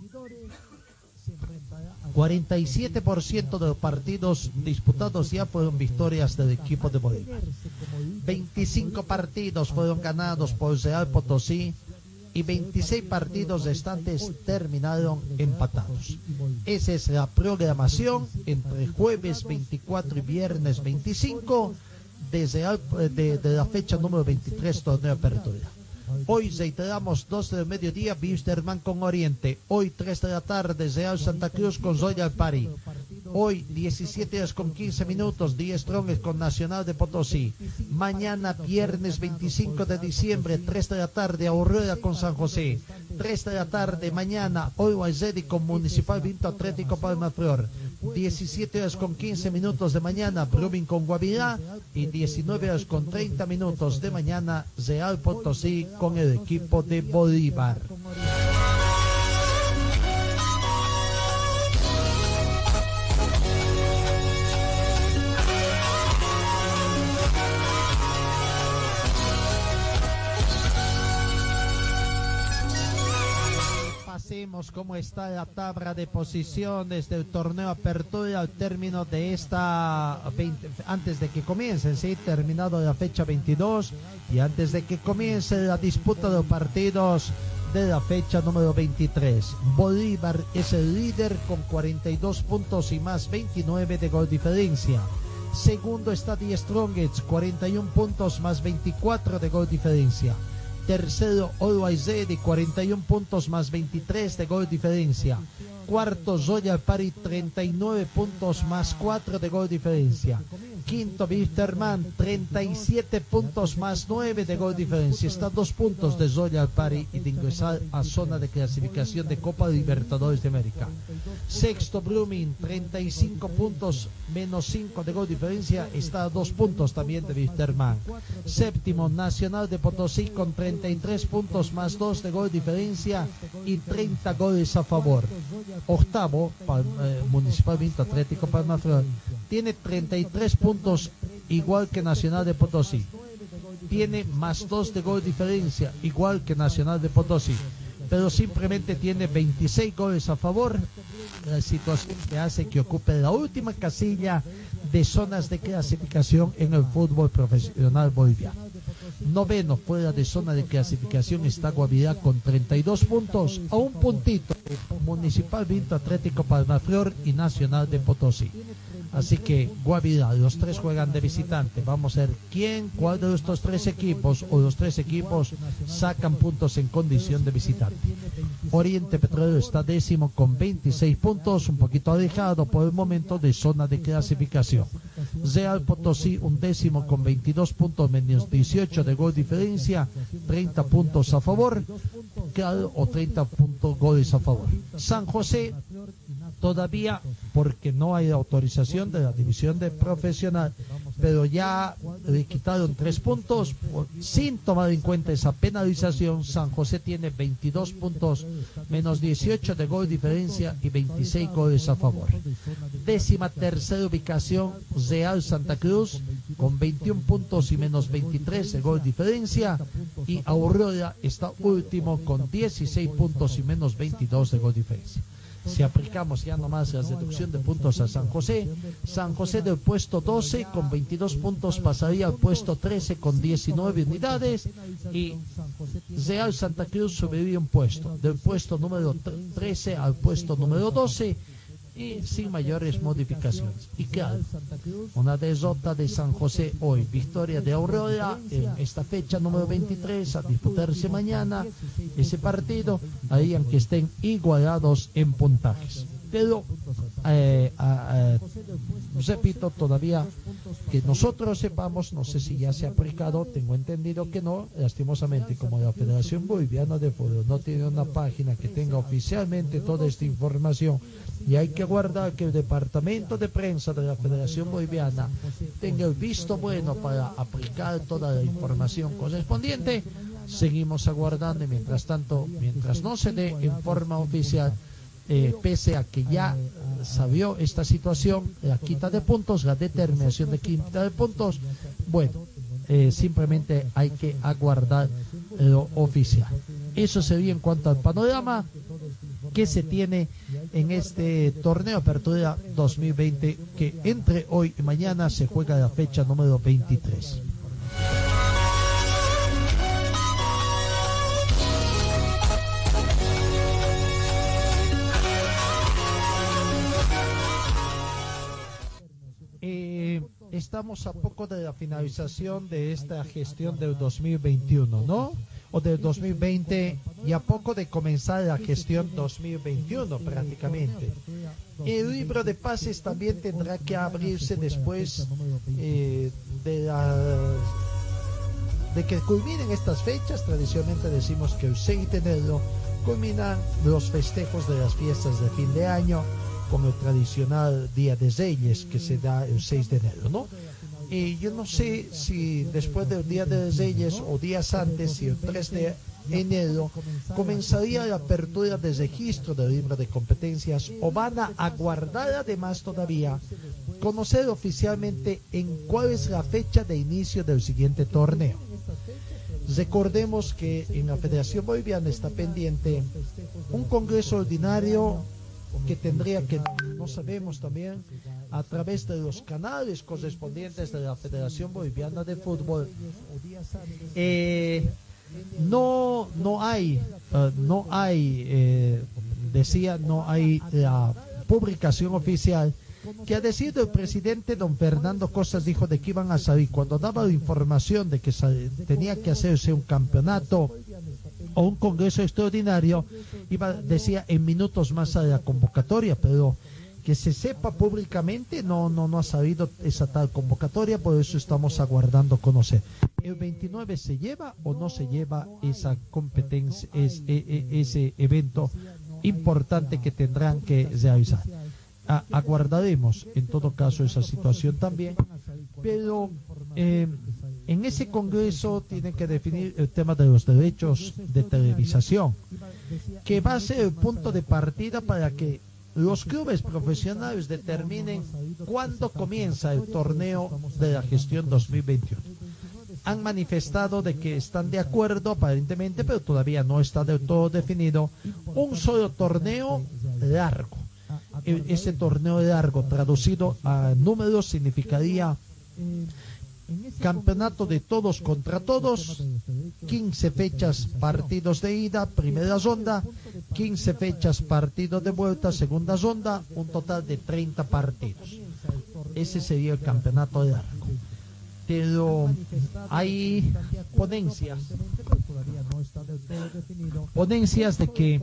S5: 47% de los partidos disputados ya fueron victorias del equipo de Bolívar. 25 partidos fueron ganados por Real Potosí y 26 partidos restantes terminaron empatados. Esa es la programación entre jueves 24 y viernes 25 de la fecha número 23, torneo apertura. Hoy reiteramos 12 del mediodía, Wilstermann con Oriente. Hoy 3 de la tarde, Real Santa Cruz con Royal Party. Hoy 17 horas con 15 minutos, Die Strongest con Nacional de Potosí. Mañana viernes 25 de diciembre, 3 de la tarde, Aurora con San José. 3 de la tarde mañana, Always Ready con Municipal Vinto Atlético Palmaflor. 17 horas con 15 minutos de mañana, Brumming con Guavirá. Y 19 horas con 30 minutos de mañana, Real Potosí con el equipo de Bolívar. Pasemos cómo está la tabla de posiciones del torneo apertura al término de esta antes de que comience, ¿sí? Terminado la fecha 22 y antes de que comience la disputa de los partidos de la fecha número 23. Bolívar es el líder con 42 puntos y más 29 de gol diferencia. Segundo está Die Strongest, 41 puntos más 24 de gol diferencia. Tercero, Always Ready, 41 puntos más 23 de gol diferencia. Cuarto, Royal Party, 39 puntos más 4 de gol diferencia. Quinto, Wilstermann, 37 puntos más 9 de gol diferencia. Está a 2 puntos de Royal Party y de ingresar a zona de clasificación de Copa Libertadores de América. Sexto, Brumming, 35 puntos menos 5 de gol diferencia. Está a 2 puntos también de Wilstermann. Séptimo, Nacional de Potosí con 33 puntos más 2 de gol diferencia y 30 goles a favor. Octavo, Municipal Vinto Atlético Palmaflor, tiene 33 puntos igual que Nacional de Potosí. Tiene más 2 de gol diferencia igual que Nacional de Potosí, pero simplemente tiene 26 goles a favor, la situación que hace que ocupe la última casilla de zonas de clasificación en el fútbol profesional boliviano. Noveno, fuera de zona de clasificación, está Guavirá con 32 puntos, a un puntito de Municipal Vinto Atlético Palmaflor y Nacional de Potosí. Así que Guavirá, los tres juegan de visitante. Vamos a ver cuál de estos tres equipos o los tres equipos sacan puntos en condición de visitante. Oriente Petrolero está décimo con 26 puntos, un poquito alejado por el momento de zona de clasificación. Real Potosí un décimo con 22 puntos menos 18 de gol diferencia, 30 puntos a favor, o 30 puntos goles a favor. San José todavía, porque no hay autorización de la división de profesional, pero ya le quitaron 3 puntos sin tomar en cuenta esa penalización. San José tiene 22 puntos menos 18 de gol diferencia y 26 goles a favor. Décima tercera ubicación, Real Santa Cruz con 21 puntos y menos 23 de gol diferencia, y Aurora está último con 16 puntos y menos 22 de gol diferencia. Si aplicamos ya nomás la reducción de puntos a San José del puesto 12 con 22 puntos pasaría al puesto 13 con 19 unidades, y Real Santa Cruz subiría un puesto, del puesto número 13 al puesto número 12, y sin mayores modificaciones. Y claro, una derrota de San José hoy, victoria de Aurora en esta fecha número 23 a disputarse mañana ese partido, harían que estén igualados en puntajes. Pero repito, todavía que nosotros sepamos, no sé si ya se ha aplicado, tengo entendido que no, lastimosamente, como la Federación Boliviana de Fútbol no tiene una página que tenga oficialmente toda esta información, y hay que guardar que el departamento de prensa de la Federación Boliviana tenga el visto bueno para aplicar toda la información correspondiente. Seguimos aguardando, y mientras tanto, mientras no se dé en forma oficial, pese a que ya sabió esta situación, la quita de puntos, la determinación de quita de puntos, bueno, simplemente hay que aguardar lo oficial. Eso sería en cuanto al panorama que se tiene en este torneo Apertura 2020, que entre hoy y mañana se juega la fecha número 23. Estamos a poco de la finalización de esta gestión del 2021, ¿no? O del 2020, y a poco de comenzar la gestión 2021 prácticamente. El libro de pases también tendrá que abrirse después de que culminen estas fechas. Tradicionalmente decimos que el 6 de enero culminan los festejos de las fiestas de fin de año, con el tradicional Día de Reyes que se da el 6 de enero, ¿no? Y yo no sé si después del Día de Reyes o días antes, si el 3 de enero comenzaría la apertura de registro del libro de competencias, o van a aguardar además todavía conocer oficialmente en cuál es la fecha de inicio del siguiente torneo. Recordemos que en la Federación Boliviana está pendiente un congreso ordinario que tendría que, no sabemos también, a través de los canales correspondientes de la Federación Boliviana de Fútbol, no hay la publicación oficial, que a decir del presidente don Fernando Costas dijo de que iban a salir, cuando daba la información de que tenía que hacerse un campeonato o un congreso extraordinario, decía en minutos más a la convocatoria, pero que se sepa públicamente no ha sabido esa tal convocatoria. Por eso estamos aguardando conocer. ¿El 29 se lleva o no se lleva esa competencia, ese evento importante que tendrán que realizar? Aguardaremos en todo caso esa situación también, pero en ese congreso tienen que definir el tema de los derechos de televisación, que va a ser el punto de partida para que los clubes profesionales determinen cuándo comienza el torneo de la gestión 2021. Han manifestado de que están de acuerdo aparentemente, pero todavía no está del todo definido, un solo torneo largo. Ese torneo largo, traducido a números, significaría campeonato de todos contra todos, 15 fechas partidos de ida, primera ronda, 15 fechas partidos de vuelta, segunda ronda, un total de 30 partidos. Ese sería el campeonato largo. Pero hay ponencias de que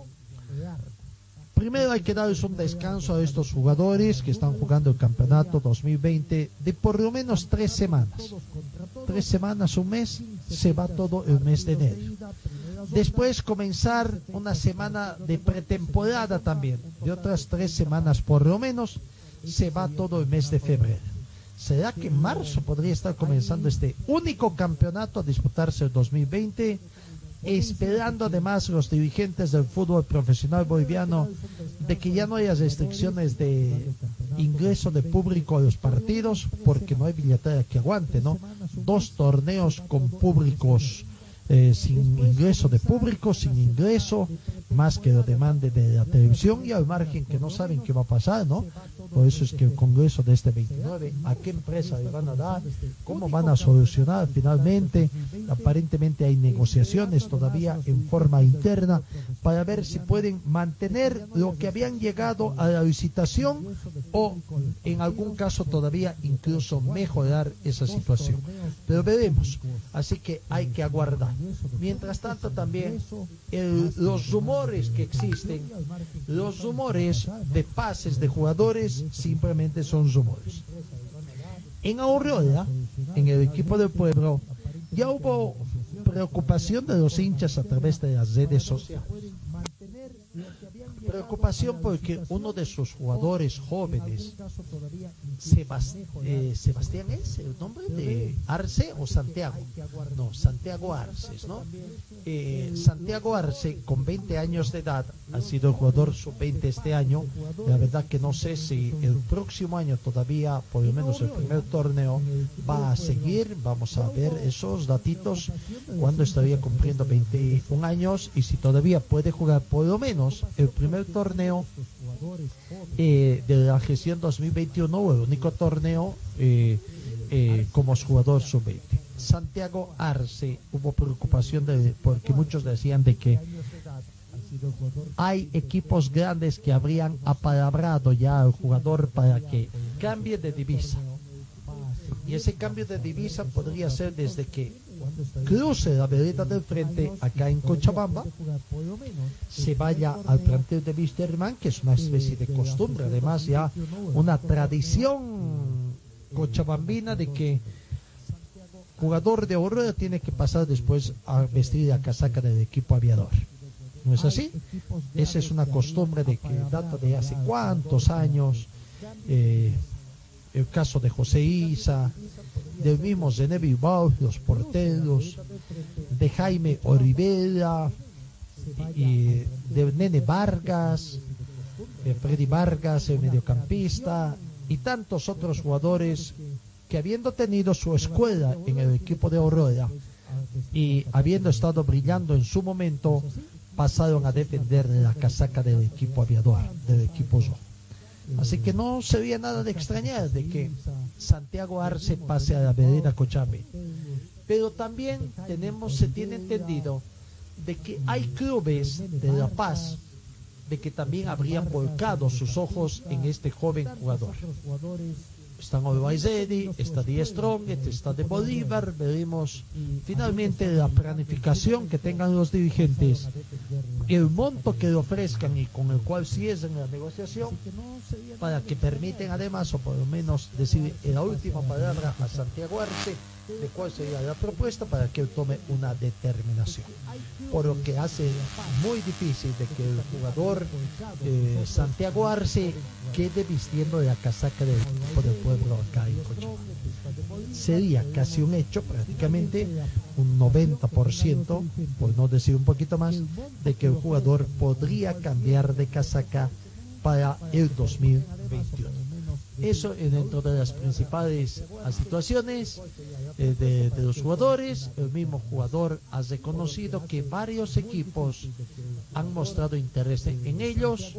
S5: primero hay que darles un descanso a estos jugadores que están jugando el campeonato 2020 de por lo menos 3 semanas. 3 semanas, un mes, se va todo el mes de enero. Después comenzar una semana de pretemporada también, de otras 3 semanas por lo menos, se va todo el mes de febrero. ¿Será que en marzo podría estar comenzando este único campeonato a disputarse el 2020? Esperando además los dirigentes del fútbol profesional boliviano de que ya no haya restricciones de ingreso de público a los partidos, porque no hay billetera que aguante, ¿no? 2 torneos con públicos sin ingreso de público, sin ingreso, más que lo demande de la televisión, y al margen que no saben qué va a pasar, ¿no? Por eso es que el congreso de este 29, ¿a qué empresa le van a dar? ¿Cómo van a solucionar finalmente? Aparentemente hay negociaciones todavía en forma interna para ver si pueden mantener lo que habían llegado a la licitación o en algún caso todavía incluso mejorar esa situación. Pero veremos, así que hay que aguardar. Mientras tanto también los rumores que existen, los rumores de pases de jugadores simplemente son rumores. En Aurora, en el equipo del pueblo, ya hubo preocupación de los hinchas a través de las redes sociales. Preocupación porque uno de sus jugadores jóvenes, Sebastián es el nombre de Arce o Santiago, no, Santiago Arces, ¿no? Santiago Arce, con 20 años de edad, ha sido el jugador sub-20 este año. La verdad que no sé si el próximo año todavía, por lo menos el primer torneo, va a seguir. Vamos a ver esos datitos, cuando estaría cumpliendo 21 años y si todavía puede jugar por lo menos el primer torneo de la gestión 2021, o el único torneo como jugador sub-20. Santiago Arce, hubo preocupación porque muchos decían de que hay equipos grandes que habrían apalabrado ya al jugador para que cambie de divisa, y ese cambio de divisa podría ser desde que cruce la vereda del frente acá en Cochabamba, se vaya al plantel de Wisterman, que es una especie de costumbre, además ya una tradición cochabambina de que jugador de Aurora tiene que pasar después a vestir la casaca del equipo aviador. ¿No es así? Esa es una costumbre de que data de hace cuántos años. El caso de José Isa, del mismo Zené Bilbao, los porteros, de Jaime Olivera, y de Nene Vargas, Freddy Vargas, el mediocampista, y tantos otros jugadores que, habiendo tenido su escuela en el equipo de Aurora y habiendo estado brillando en su momento, pasaron a defender la casaca del equipo aviador, del equipo rojo. Así que no sería nada de extrañar de que Santiago Arce pase a la vereda Cochabamba. Pero también se tiene entendido de que hay clubes de La Paz de que también habrían volcado sus ojos en este joven jugador. Están Olvaizedi, está Die Strongest, está de Bolívar. Veremos finalmente la planificación que tengan los dirigentes, el monto que le ofrezcan y con el cual cierren la negociación, para que permiten además, o por lo menos decir la última palabra a Santiago Arce de cuál sería la propuesta, para que él tome una determinación. Por lo que hace muy difícil de que el jugador Santiago Arce quede vistiendo la casaca del equipo del pueblo acá en Cochabamba. Sería casi un hecho, prácticamente un 90%, por no decir un poquito más, de que el jugador podría cambiar de casaca para el 2021. Eso es dentro de las principales situaciones de los jugadores. El mismo jugador ha reconocido que varios equipos han mostrado interés en ellos.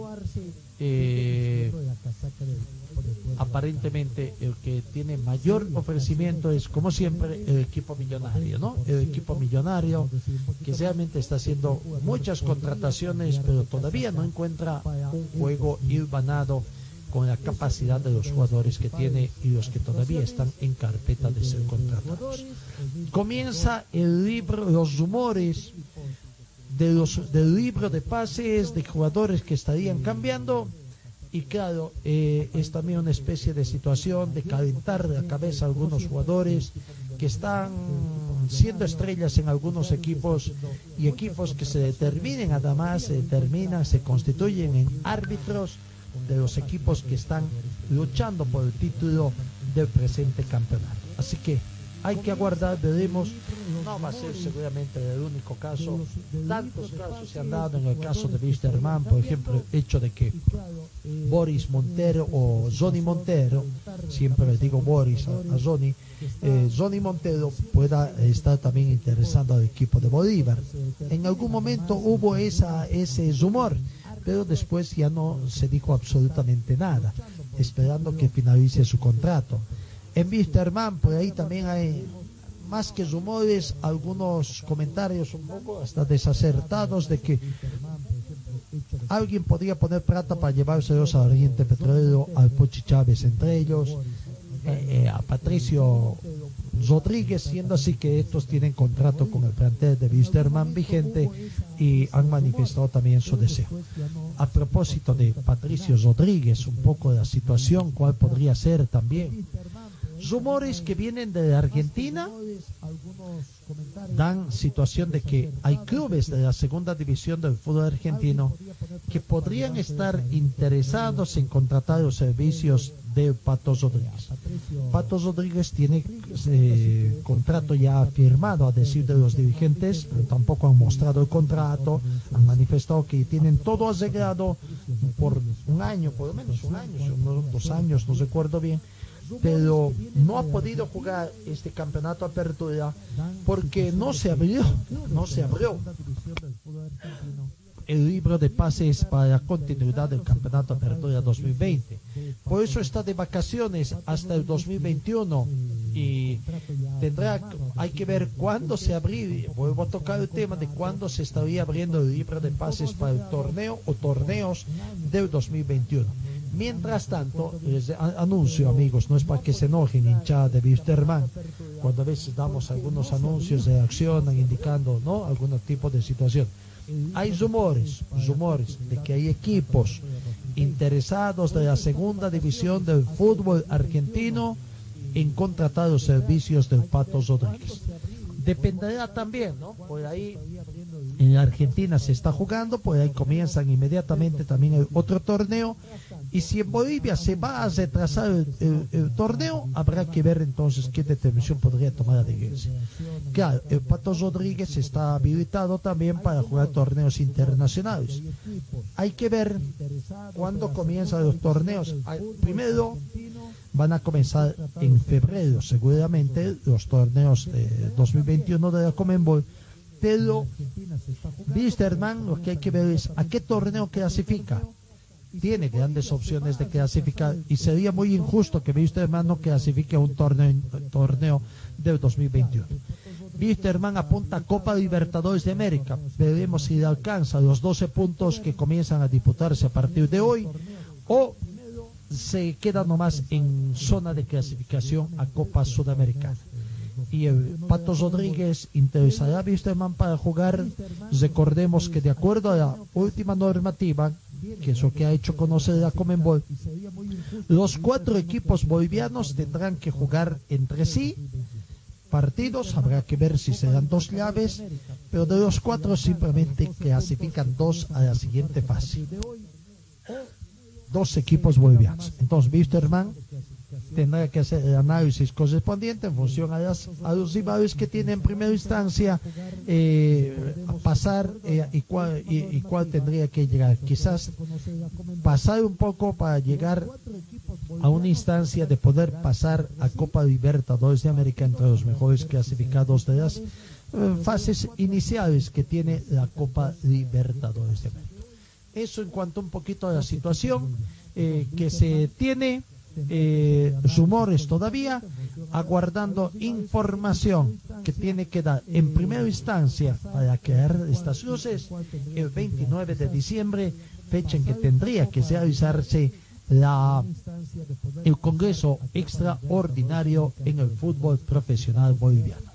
S5: Aparentemente el que tiene mayor ofrecimiento es, como siempre, el equipo millonario, ¿no? El equipo millonario que realmente está haciendo muchas contrataciones, pero todavía no encuentra un juego hilvanado con la capacidad de los jugadores que tiene y los que todavía están en carpeta de ser contratados. Comienza el libro, los rumores del libro de pases de jugadores que estarían cambiando, y claro, es también una especie de situación de calentar la cabeza a algunos jugadores que están siendo estrellas en algunos equipos, y equipos que se determinen, además se constituyen en árbitros de los equipos que están luchando por el título del presente campeonato. Así que hay que aguardar, veremos. No va a ser seguramente el único caso. Tantos casos se han dado en el caso de Wisterman, por ejemplo, el hecho de que Boris Montero o Johnny Montero, siempre le digo Boris a Johnny, Johnny Montero pueda estar también interesado al equipo de Bolívar. En algún momento hubo ese rumor, pero después ya no se dijo absolutamente nada, esperando que finalice su contrato. En Wisterman, por ahí también hay, más que rumores, algunos comentarios un poco hasta desacertados de que alguien podría poner plata para llevárselos a Oriente Petrolero, al Pochi Chávez entre ellos, a Patricio Rodríguez, siendo así que estos tienen contrato con el plantel de Wisterman vigente y han manifestado también su deseo. A propósito de Patricio Rodríguez, un poco de la situación, cuál podría ser también. Rumores que vienen de Argentina dan situación de que hay clubes de la segunda división del fútbol argentino que podrían estar interesados en contratar los servicios de Pato Rodríguez. Pato Rodríguez tiene contrato ya firmado, a decir de los dirigentes, pero tampoco han mostrado el contrato, han manifestado que tienen todo arreglado por un año, por lo menos un año, 2 años, no recuerdo bien, pero no ha podido jugar este campeonato apertura porque no se abrió el libro de pases para la continuidad del campeonato apertura 2020. Por eso está de vacaciones hasta el 2021 y hay que ver cuándo se abriría. Vuelvo a tocar el tema de cuándo se estaría abriendo el libro de pases para el torneo o torneos del 2021. Mientras tanto, les anuncio, amigos, no es para que se enojen, hinchada de Wisterman, cuando a veces damos algunos anuncios de acción indicando, ¿no?, algún tipo de situación. Hay rumores de que hay equipos interesados de la segunda división del fútbol argentino en contratar los servicios del Pato Rodríguez. Dependerá también, ¿no? Por ahí en Argentina se está jugando, por ahí comienzan inmediatamente también el otro torneo, y si en Bolivia se va a retrasar el torneo, habrá que ver entonces qué determinación podría tomar la dirigencia. Claro, el Pato Rodríguez está habilitado también para jugar torneos internacionales. Hay que ver cuándo comienzan los torneos. Primero van a comenzar en febrero, seguramente, los torneos de 2021 de la Conmebol, pero Wisterman lo que hay que ver es a qué torneo clasifica. Tiene grandes opciones de clasificar y sería muy injusto que Wisterman no clasifique a un torneo del 2021. Wisterman apunta a Copa Libertadores de América. Veremos si le alcanza los 12 puntos que comienzan a disputarse a partir de hoy o se queda nomás en zona de clasificación a Copa Sudamericana. Y el Pato Rodríguez interesará a Wisterman para jugar. Recordemos que de acuerdo a la última normativa, que es lo que ha hecho conocer la Conmebol, los 4 equipos bolivianos tendrán que jugar entre sí partidos. Habrá que ver si serán 2 llaves, pero de los 4 simplemente clasifican 2 a la siguiente fase. 2 equipos bolivianos. Entonces Wisterman tendrá que hacer el análisis correspondiente en función a los rivales que tiene en primera instancia, pasar y cuál tendría que llegar. Quizás pasar un poco para llegar a una instancia de poder pasar a Copa Libertadores de América entre los mejores clasificados de las fases iniciales que tiene la Copa Libertadores de América. Eso en cuanto un poquito a la situación que se tiene. Rumores todavía, aguardando información que tiene que dar en primera instancia para crear estas luces el 29 de diciembre, fecha en que tendría que realizarse el Congreso Extraordinario en el fútbol profesional boliviano.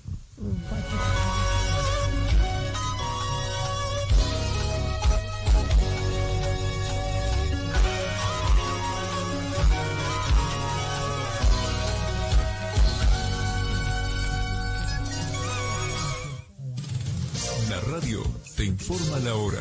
S2: Radio te informa la hora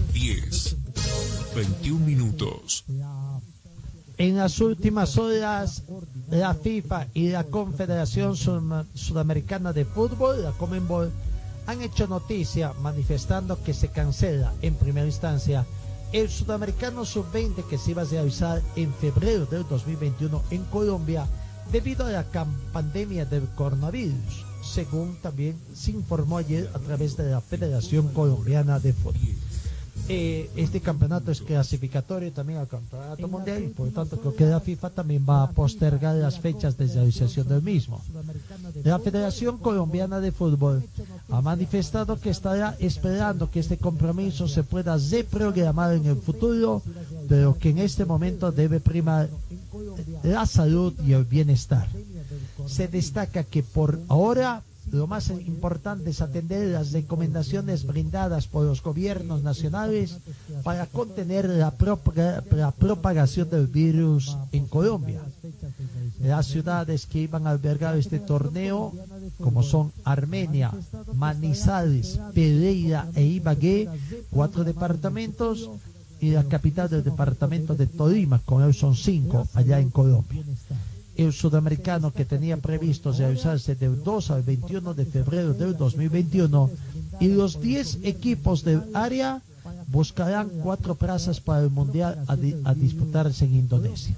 S2: 10:21 minutos.
S5: En las últimas horas, la FIFA y la Confederación Sudamericana de Fútbol, la Conmebol, han hecho noticia manifestando que se cancela en primera instancia el Sudamericano Sub-20 que se iba a realizar en febrero del 2021 en Colombia debido a la pandemia del coronavirus, según también se informó ayer a través de la Federación Colombiana de Fútbol. Este campeonato es clasificatorio también al campeonato mundial y por lo tanto creo que la FIFA también va a postergar las fechas de realización del mismo. La Federación Colombiana de Fútbol ha manifestado que estará esperando que este compromiso se pueda reprogramar en el futuro, pero que en este momento debe primar la salud y el bienestar. Se destaca que por ahora lo más importante es atender las recomendaciones brindadas por los gobiernos nacionales para contener la propagación del virus en Colombia. Las ciudades que iban a albergar este torneo, como son Armenia, Manizales, Pereira e Ibagué, 4 departamentos, y la capital del departamento de Tolima, con él son 5 allá en Colombia. El sudamericano, que tenía previsto realizarse del 2 al 21 de febrero del 2021, y los 10 equipos del área buscarán 4 plazas para el mundial a disputarse en Indonesia.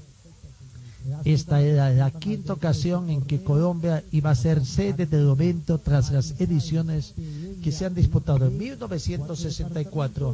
S5: Esta era la 5ª ocasión en que Colombia iba a ser sede del evento tras las ediciones que se han disputado en 1964,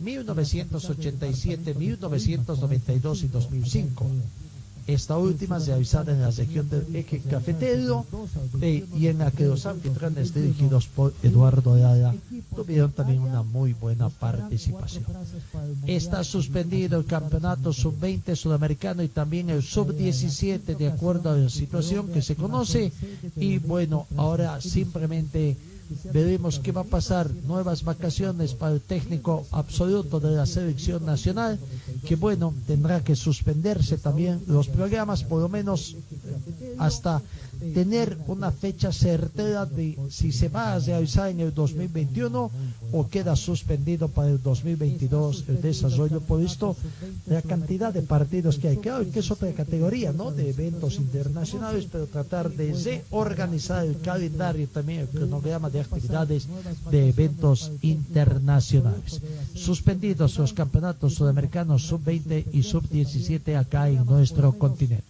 S5: 1987, 1992 y 2005. Esta última realizada en la región del Eje Cafetero y en la que los anfitriones dirigidos por Eduardo Lara tuvieron también una muy buena participación. Está suspendido el campeonato sub-20 sudamericano y también el sub-17 de acuerdo a la situación que se conoce, y bueno, ahora simplemente veremos qué va a pasar. Nuevas vacaciones para el técnico absoluto de la selección nacional, que bueno, tendrá que suspenderse también los programas por lo menos hasta tener una fecha certera de si se va a realizar en el 2021 o queda suspendido para el 2022 el desarrollo, por esto la cantidad de partidos que hay, claro que es otra categoría, ¿no?, de eventos internacionales, pero tratar de reorganizar el calendario, también el cronograma de actividades de eventos internacionales. Suspendidos los campeonatos sudamericanos sub-20 y sub-17 acá en nuestro continente.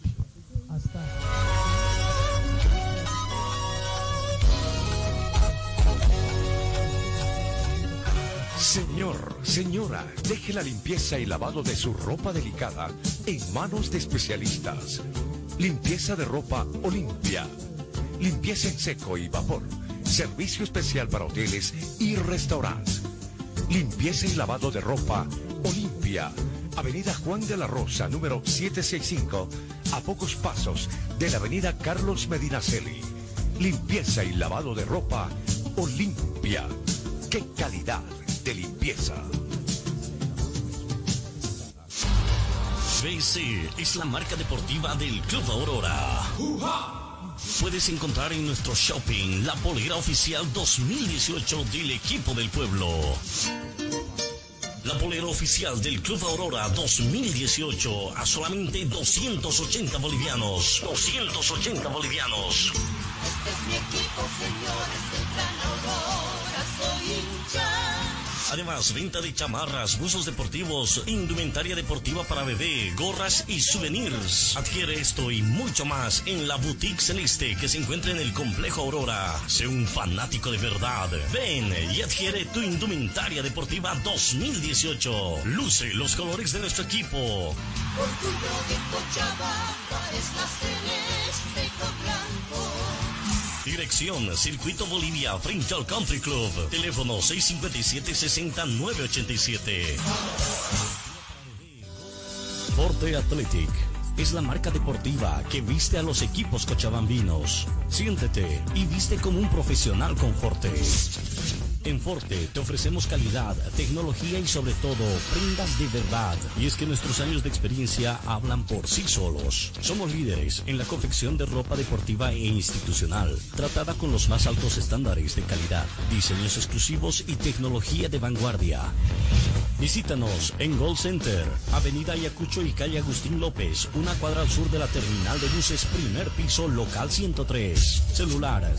S8: Señor, señora, deje la limpieza y lavado de su ropa delicada en manos de especialistas. Limpieza de ropa Olimpia. Limpieza en seco y vapor. Servicio especial para hoteles y restaurantes. Limpieza y lavado de ropa Olimpia. Avenida Juan de la Rosa, número 765, a pocos pasos de la avenida Carlos Medinaceli. Limpieza y lavado de ropa Olimpia. ¡Qué calidad de limpieza!
S9: BC es la marca deportiva del Club Aurora. Puedes encontrar en nuestro shopping la polera oficial 2018 del equipo del pueblo. La polera oficial del Club Aurora 2018 a solamente 280 bolivianos. 280 bolivianos.
S10: Este es mi equipo, señores, el Gran Aurora, soy hincha.
S9: Además, venta de chamarras, buzos deportivos, indumentaria deportiva para bebé, gorras y souvenirs. Adquiere esto y mucho más en la Boutique Celeste, que se encuentra en el Complejo Aurora. Sé un fanático de verdad. Ven y adquiere tu indumentaria deportiva 2018. Luce los colores de nuestro equipo.
S10: Orgullo de Cochabamba es la celeste con blanco.
S9: Dirección Circuito Bolivia frente al Country Club. Teléfono 657-60-987. Forte Athletic es la marca deportiva que viste a los equipos cochabambinos. Siéntete y viste como un profesional con Forte. En Forte te ofrecemos calidad, tecnología y sobre todo prendas de verdad. Y es que nuestros años de experiencia hablan por sí solos. Somos líderes en la confección de ropa deportiva e institucional, tratada con los más altos estándares de calidad, diseños exclusivos y tecnología de vanguardia. Visítanos en Gold Center, Avenida Ayacucho y calle Agustín López, una cuadra al sur de la terminal de buses, primer piso, local 103. Celular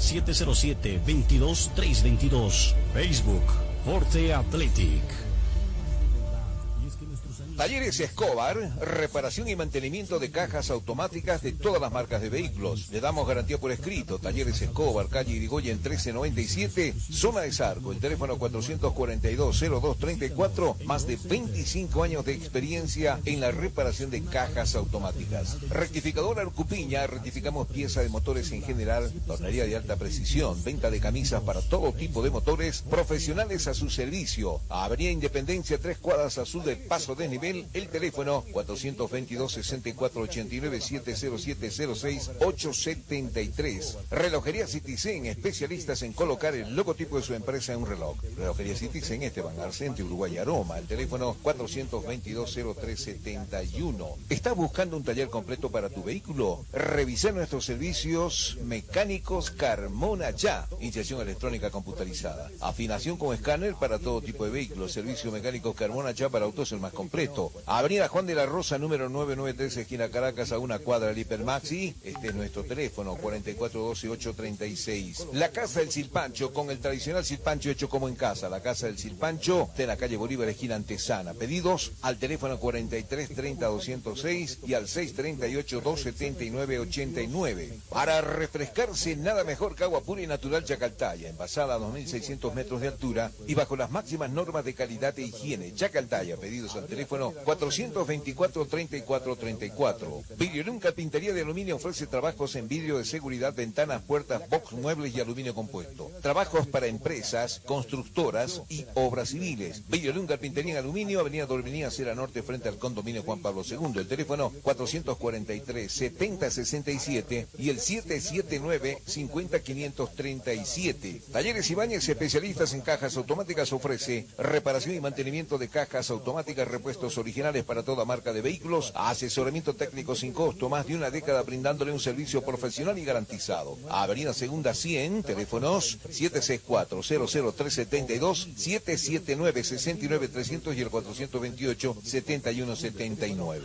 S9: 707-22-322. Facebook, Forte Athletic.
S6: Talleres Escobar, reparación y mantenimiento de cajas automáticas de todas las marcas de vehículos. Le damos garantía por escrito. Talleres Escobar, calle Irigoyen 1397, zona de Zarco. El teléfono 442-0234, más de 25 años de experiencia en la reparación de cajas automáticas. Rectificadora Arcupiña, rectificamos piezas de motores en general, tornería de alta precisión, venta de camisas para todo tipo de motores, profesionales a su servicio. Avenida Independencia, 3 cuadras al sur del Paso Desnivel. El teléfono 422-6489-70706-873. Relojería Citizen, especialistas en colocar el logotipo de su empresa en un reloj. Relojería Citizen, Esteban Arcente, Uruguay Aroma. El teléfono 422-0371. ¿Estás buscando un taller completo para tu vehículo? Revisa nuestros servicios mecánicos Carmona Ya. Inyección electrónica computarizada. Afinación con escáner para todo tipo de vehículos. Servicio mecánicos Carmona Ya para autos el más completo. Avenida Juan de la Rosa, número 993, esquina Caracas, a una cuadra del Hipermaxi. Este es nuestro teléfono, 4412-836. La Casa del Silpancho, con el tradicional silpancho hecho como en casa. La Casa del Silpancho, de la calle Bolívar, esquina Antesana. Pedidos al teléfono 4330-206 y al 638-279-89. Para refrescarse, nada mejor que agua pura y natural Chacaltaya, envasada a 2600 metros de altura y bajo las máximas normas de calidad e higiene. Chacaltaya, pedidos al teléfono 424-3434. Vidriolum Carpintería de Aluminio ofrece trabajos en vidrio de seguridad, ventanas, puertas, box, muebles y aluminio compuesto. Trabajos para empresas, constructoras y obras civiles. Vidriolum Carpintería en Aluminio, Avenida Dorminía, Sierra Norte, frente al condominio Juan Pablo II. El teléfono 443-7067 y el 779-50537. Talleres Ibáñez, especialistas en cajas automáticas, ofrece reparación y mantenimiento de cajas automáticas, repuestos originales para toda marca de vehículos, asesoramiento técnico sin costo, más de una década brindándole un servicio profesional y garantizado. Avenida Segunda 100, teléfonos 764-00372, 779-69300 y el 428-7179.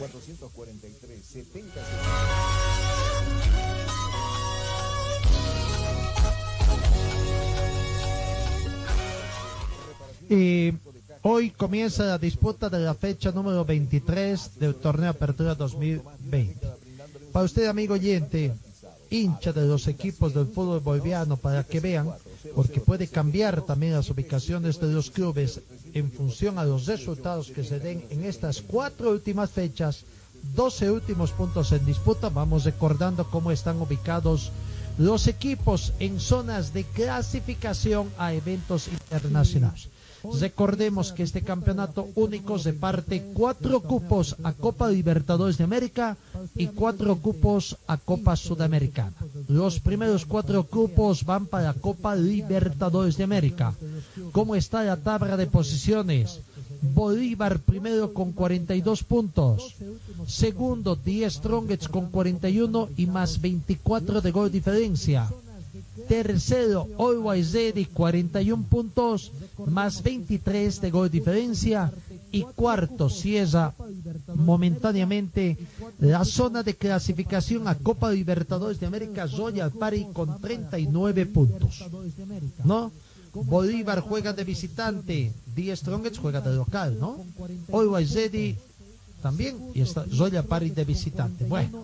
S5: Hoy comienza la disputa de la fecha número 23 del torneo Apertura 2020. Para usted, amigo oyente, hincha de los equipos del fútbol boliviano, para que vean, porque puede cambiar también las ubicaciones de los clubes en función a los resultados que se den en estas 4 últimas fechas, 12 últimos puntos en disputa. Vamos recordando cómo están ubicados los equipos en zonas de clasificación a eventos internacionales. Recordemos que este campeonato único reparte 4 cupos a Copa Libertadores de América y 4 cupos a Copa Sudamericana. Los primeros 4 cupos van para Copa Libertadores de América. ¿Cómo está la tabla de posiciones? Bolívar primero con 42 puntos. Segundo, The Strongest con 41 y más 24 de gol diferencia. Tercero, Always Ready, 41 puntos, más 23 de gol diferencia. Y cuarto, cierra momentáneamente la zona de clasificación a Copa Libertadores de América, Royal Party con 39 puntos. ¿No? Bolívar juega de visitante, The Strongest juega de local, ¿no? Always Ready también, y está Royal Party de visitante. Bueno,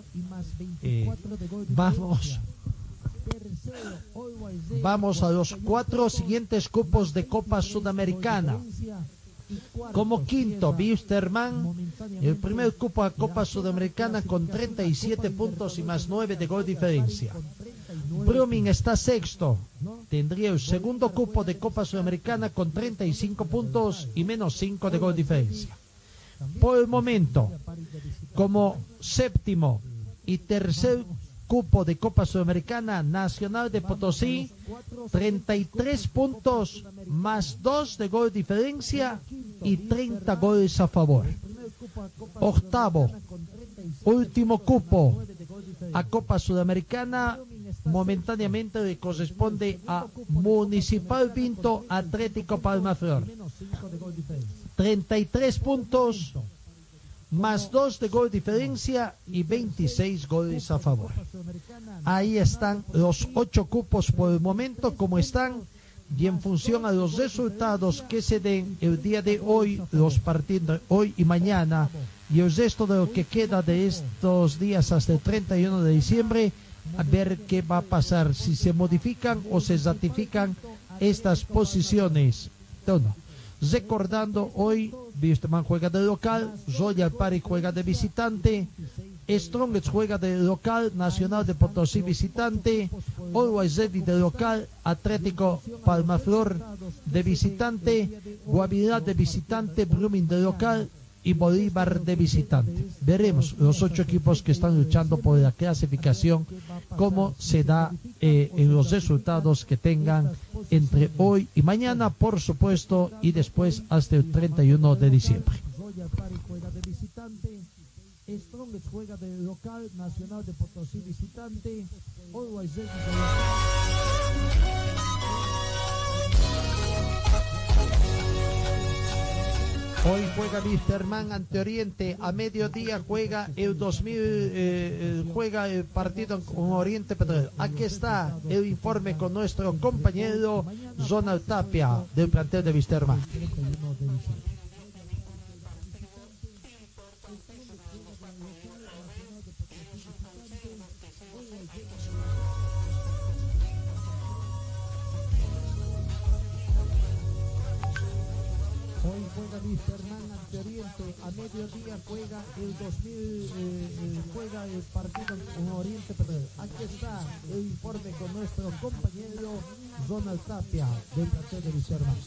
S5: vamos a los 4 siguientes cupos de Copa Sudamericana. Como quinto, Wisterman, el primer cupo a Copa Sudamericana con 37 puntos y más 9 de gol diferencia. Brumming está sexto, tendría el segundo cupo de Copa Sudamericana con 35 puntos y menos 5 de gol diferencia. Por el momento, como séptimo y tercer cupo de Copa Sudamericana, Nacional de Potosí, 33 puntos más 2 de gol diferencia y 30 goles a favor. Octavo, último cupo a Copa Sudamericana, momentáneamente le corresponde a Municipal Vinto Atlético Palmaflor. 33 puntos más 2 de gol diferencia y 26 goles a favor. Ahí están los 8 cupos por el momento como están. y en función a los resultados que se den el día de hoy, los partidos de hoy y mañana, y el resto de lo que queda de estos días hasta el 31 de diciembre, a ver qué va a pasar, si se modifican o se ratifican estas posiciones. Entonces, recordando, hoy Wilstermann juega de local, Royal Party juega de visitante, Strongest juega de local, Nacional de Potosí visitante, Always Ready de local, Atlético Palmaflor de visitante, Guavirá de visitante, Blooming de local y Bolívar de visitante. Veremos los 8 equipos que están luchando por la clasificación, cómo se da en los resultados que tengan entre hoy y mañana, por supuesto, y después hasta el 31 de diciembre. Strongest juega de local, Nacional de Potosí visitante, Always Ready de Hoy juega Wilstermann ante Oriente, a mediodía juega el 2000, juega el partido con Oriente Petrolero. Aquí está el informe con nuestro compañero Ronald Tapia del plantel de Wilstermann. Hoy juega Wilstermann ante Oriente, a mediodía juega el 2000, juega el partido con Oriente Petrolero. Aquí está el informe con nuestro compañero Ronald Tapia del plantel de Wilstermann.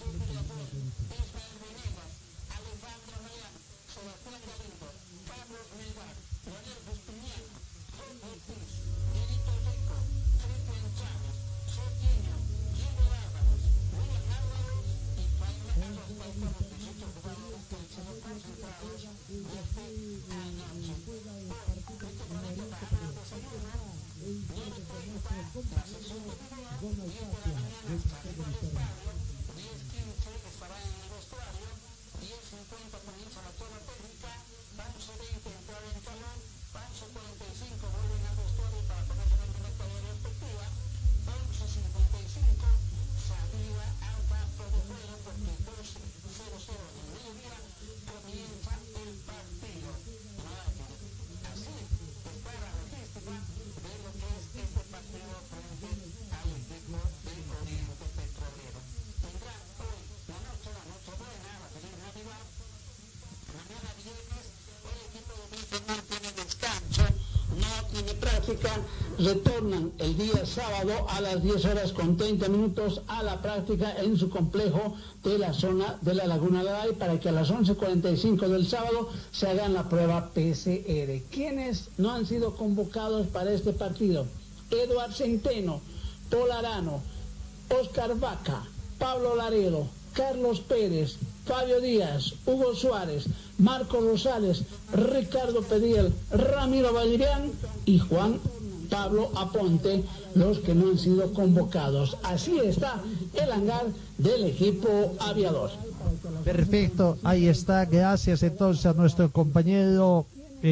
S11: Retornan el día sábado a las 10:30 a la práctica en su complejo de la zona de la Laguna Laray, para que a las 11:45 del sábado se hagan la prueba PCR. ¿Quiénes no han sido convocados para este partido? Eduard Centeno, Paul Arano, Oscar Vaca, Pablo Laredo, Carlos Pérez, Fabio Díaz, Hugo Suárez, Marco Rosales, Ricardo Pediel, Ramiro Valerián y Juan Pablo Aponte, los que no han sido convocados. Así está el hangar del equipo aviador.
S5: Perfecto, ahí está. Gracias entonces a nuestro compañero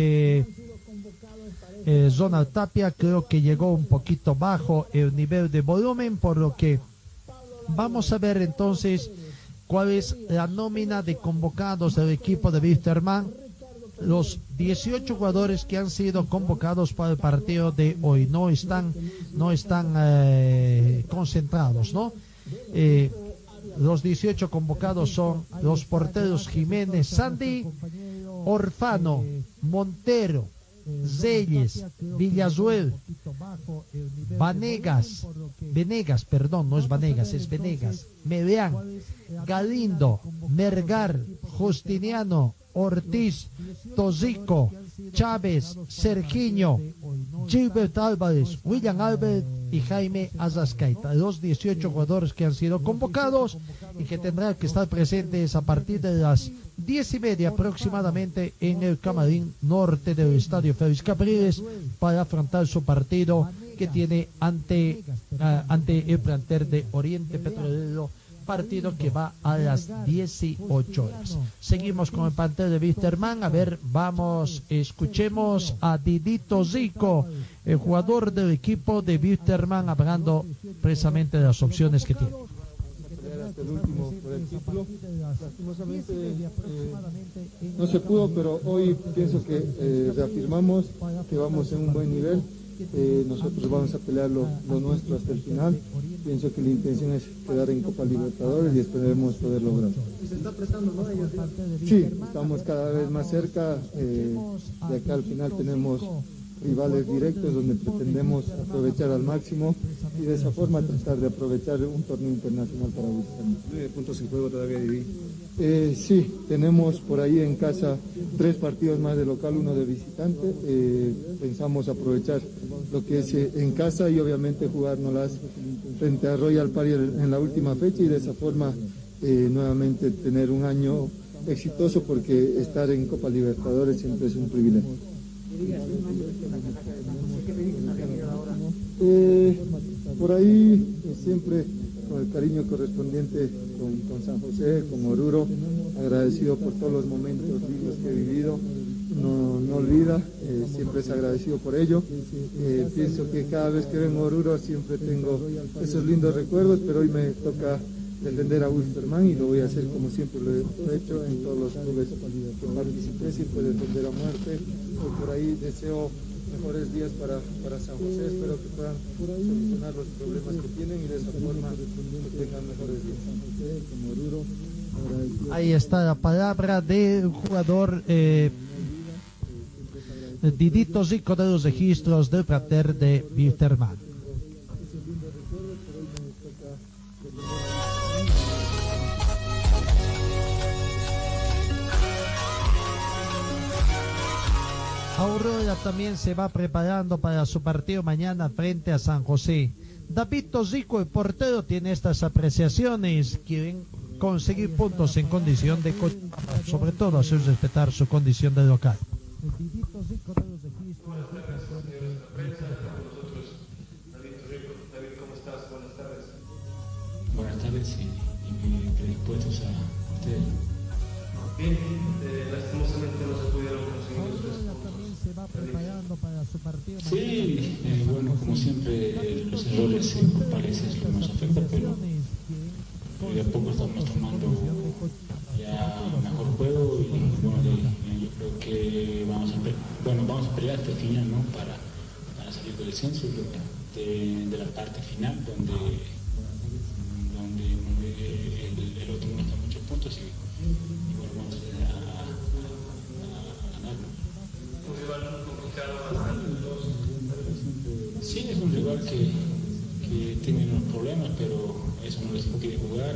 S5: Ronald Tapia. Creo que llegó un poquito bajo el nivel de volumen, por lo que vamos a ver entonces cuál es la nómina de convocados del equipo de Wilstermann. Los 18 jugadores que han sido convocados para el partido de hoy no están concentrados, ¿no? Los 18 convocados son los porteros Jiménez Sandy, Orfano, Montero, Zeyes, Villazuel, Venegas, no es Vanegas, es Venegas, Medeán, Galindo, Mergar, Justiniano, Ortiz, Tosico, Chávez, Sergiño, Gilbert Álvarez, William Albert y Jaime Azascaita, los 18 jugadores que han sido convocados y que tendrán que estar presentes a partir de las 10:30 aproximadamente en el camarín norte del estadio Félix Capriles para afrontar su partido que tiene ante el plantel de Oriente Petrolero, partido que va a las 18 horas. Seguimos con el plantel de Wilstermann. A ver, escuchemos a Didito Zico, el jugador del equipo de Wilstermann, hablando precisamente de las opciones que tiene.
S12: hasta el último por el título. Lastimosamente no se pudo, pero hoy pienso que reafirmamos que vamos en un buen nivel. Nosotros vamos a pelear lo nuestro hasta el final. Pienso que la intención es quedar en Copa Libertadores y esperemos poder lograrlo.
S13: ¿Se está apretando, no?
S12: Sí, estamos cada vez más cerca. De acá al final tenemos rivales directos donde pretendemos aprovechar al máximo y de esa forma tratar de aprovechar un torneo internacional para buscar.
S14: 9 puntos en juego todavía, Divi.
S12: Sí, tenemos por ahí en casa 3 partidos más de local, 1 de visitante. Pensamos aprovechar lo que es en casa y obviamente jugárnoslas frente a Royal Party en la última fecha y de esa forma nuevamente tener un año exitoso, porque estar en Copa Libertadores siempre es un privilegio. Por ahí siempre con el cariño correspondiente con San José, con Oruro, agradecido por todos los momentos lindos que he vivido, no olvida, siempre es agradecido por ello. Pienso que cada vez que vengo a Oruro siempre tengo esos lindos recuerdos, pero hoy me toca defender a Wilstermann y lo voy a hacer como siempre lo he hecho en todos los clubes que participé, siempre defender a muerte. Hoy por ahí deseo mejores días para San José, espero que puedan solucionar los problemas que tienen y de esa forma tengan mejores días.
S5: Ahí está la palabra del jugador Didito Zico de los registros del plantel de Wilstermann. Aurora también se va preparando para su partido mañana frente a San José. David Zico, el portero, tiene estas apreciaciones. Quieren conseguir puntos en condición de, sobre todo, hacer respetar su condición de local.
S15: Buenas tardes y predispuestos a ustedes.
S13: Bien, lastimosamente no se pudieron conseguir los tres puntos.
S15: Sí, bueno, como siempre los errores grupales es lo que nos afecta, pero de a poco estamos tomando ya un mejor juego y bueno, yo creo que vamos a pelear hasta el final, ¿no? Para salir del descenso, de la parte final donde el otro no está muchos puntos y bueno, vamos a ganar, ¿no?
S13: Un rival muy complicado.
S15: Sí, es un rival que tiene unos problemas, pero eso no les impide jugar.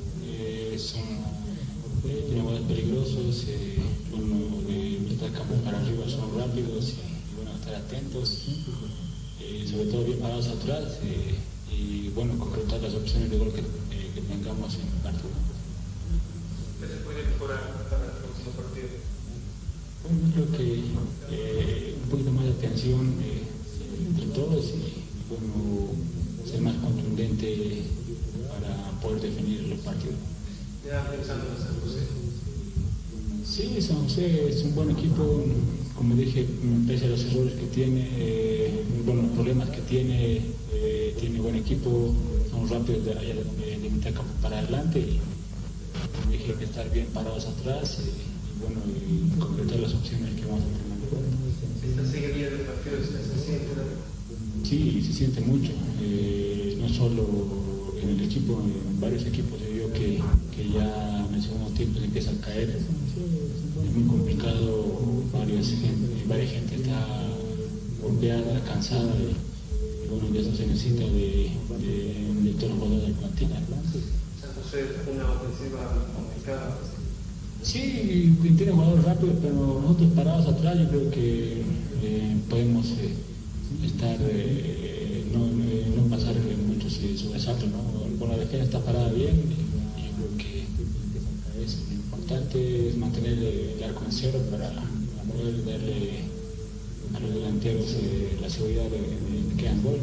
S15: Tienen jugadores peligrosos, de mitad campo para arriba son rápidos y bueno, estar atentos, sobre todo bien parados atrás y bueno, concretar las opciones de gol que tengamos en el partido.
S13: ¿Qué se puede mejorar para el próximo partido?
S15: Bueno, creo que un poquito más de atención entre todos y bueno, ser más contundente para poder definir los partidos.
S13: Ya pensando en San José.
S15: Sí, San José es un buen equipo, como dije, pese a los errores que tiene, los problemas que tiene buen equipo, son rápidos de mitad campo para adelante y como dije, hay que estar bien parados atrás y concretar las opciones que vamos a tener.
S13: ¿Esta seguidilla del partido se siente?
S15: Sí, se siente mucho, no solo en el equipo, en varios equipos se vio que ya en el segundo tiempo se empieza a caer, es muy complicado, varias gente está golpeada, cansada y bueno, ya eso se necesita de todos los jugadores del plantel.
S13: San José es una ofensiva complicada.
S15: Sí, tiene jugadores rápidos, pero nosotros parados atrás yo creo que podemos estar, no pasar muchos sobresaltos, ¿no? Con la defensa está parada bien y yo creo que es importante es mantener el arco en cero para poder darle a los delanteros la seguridad de que quedan gol.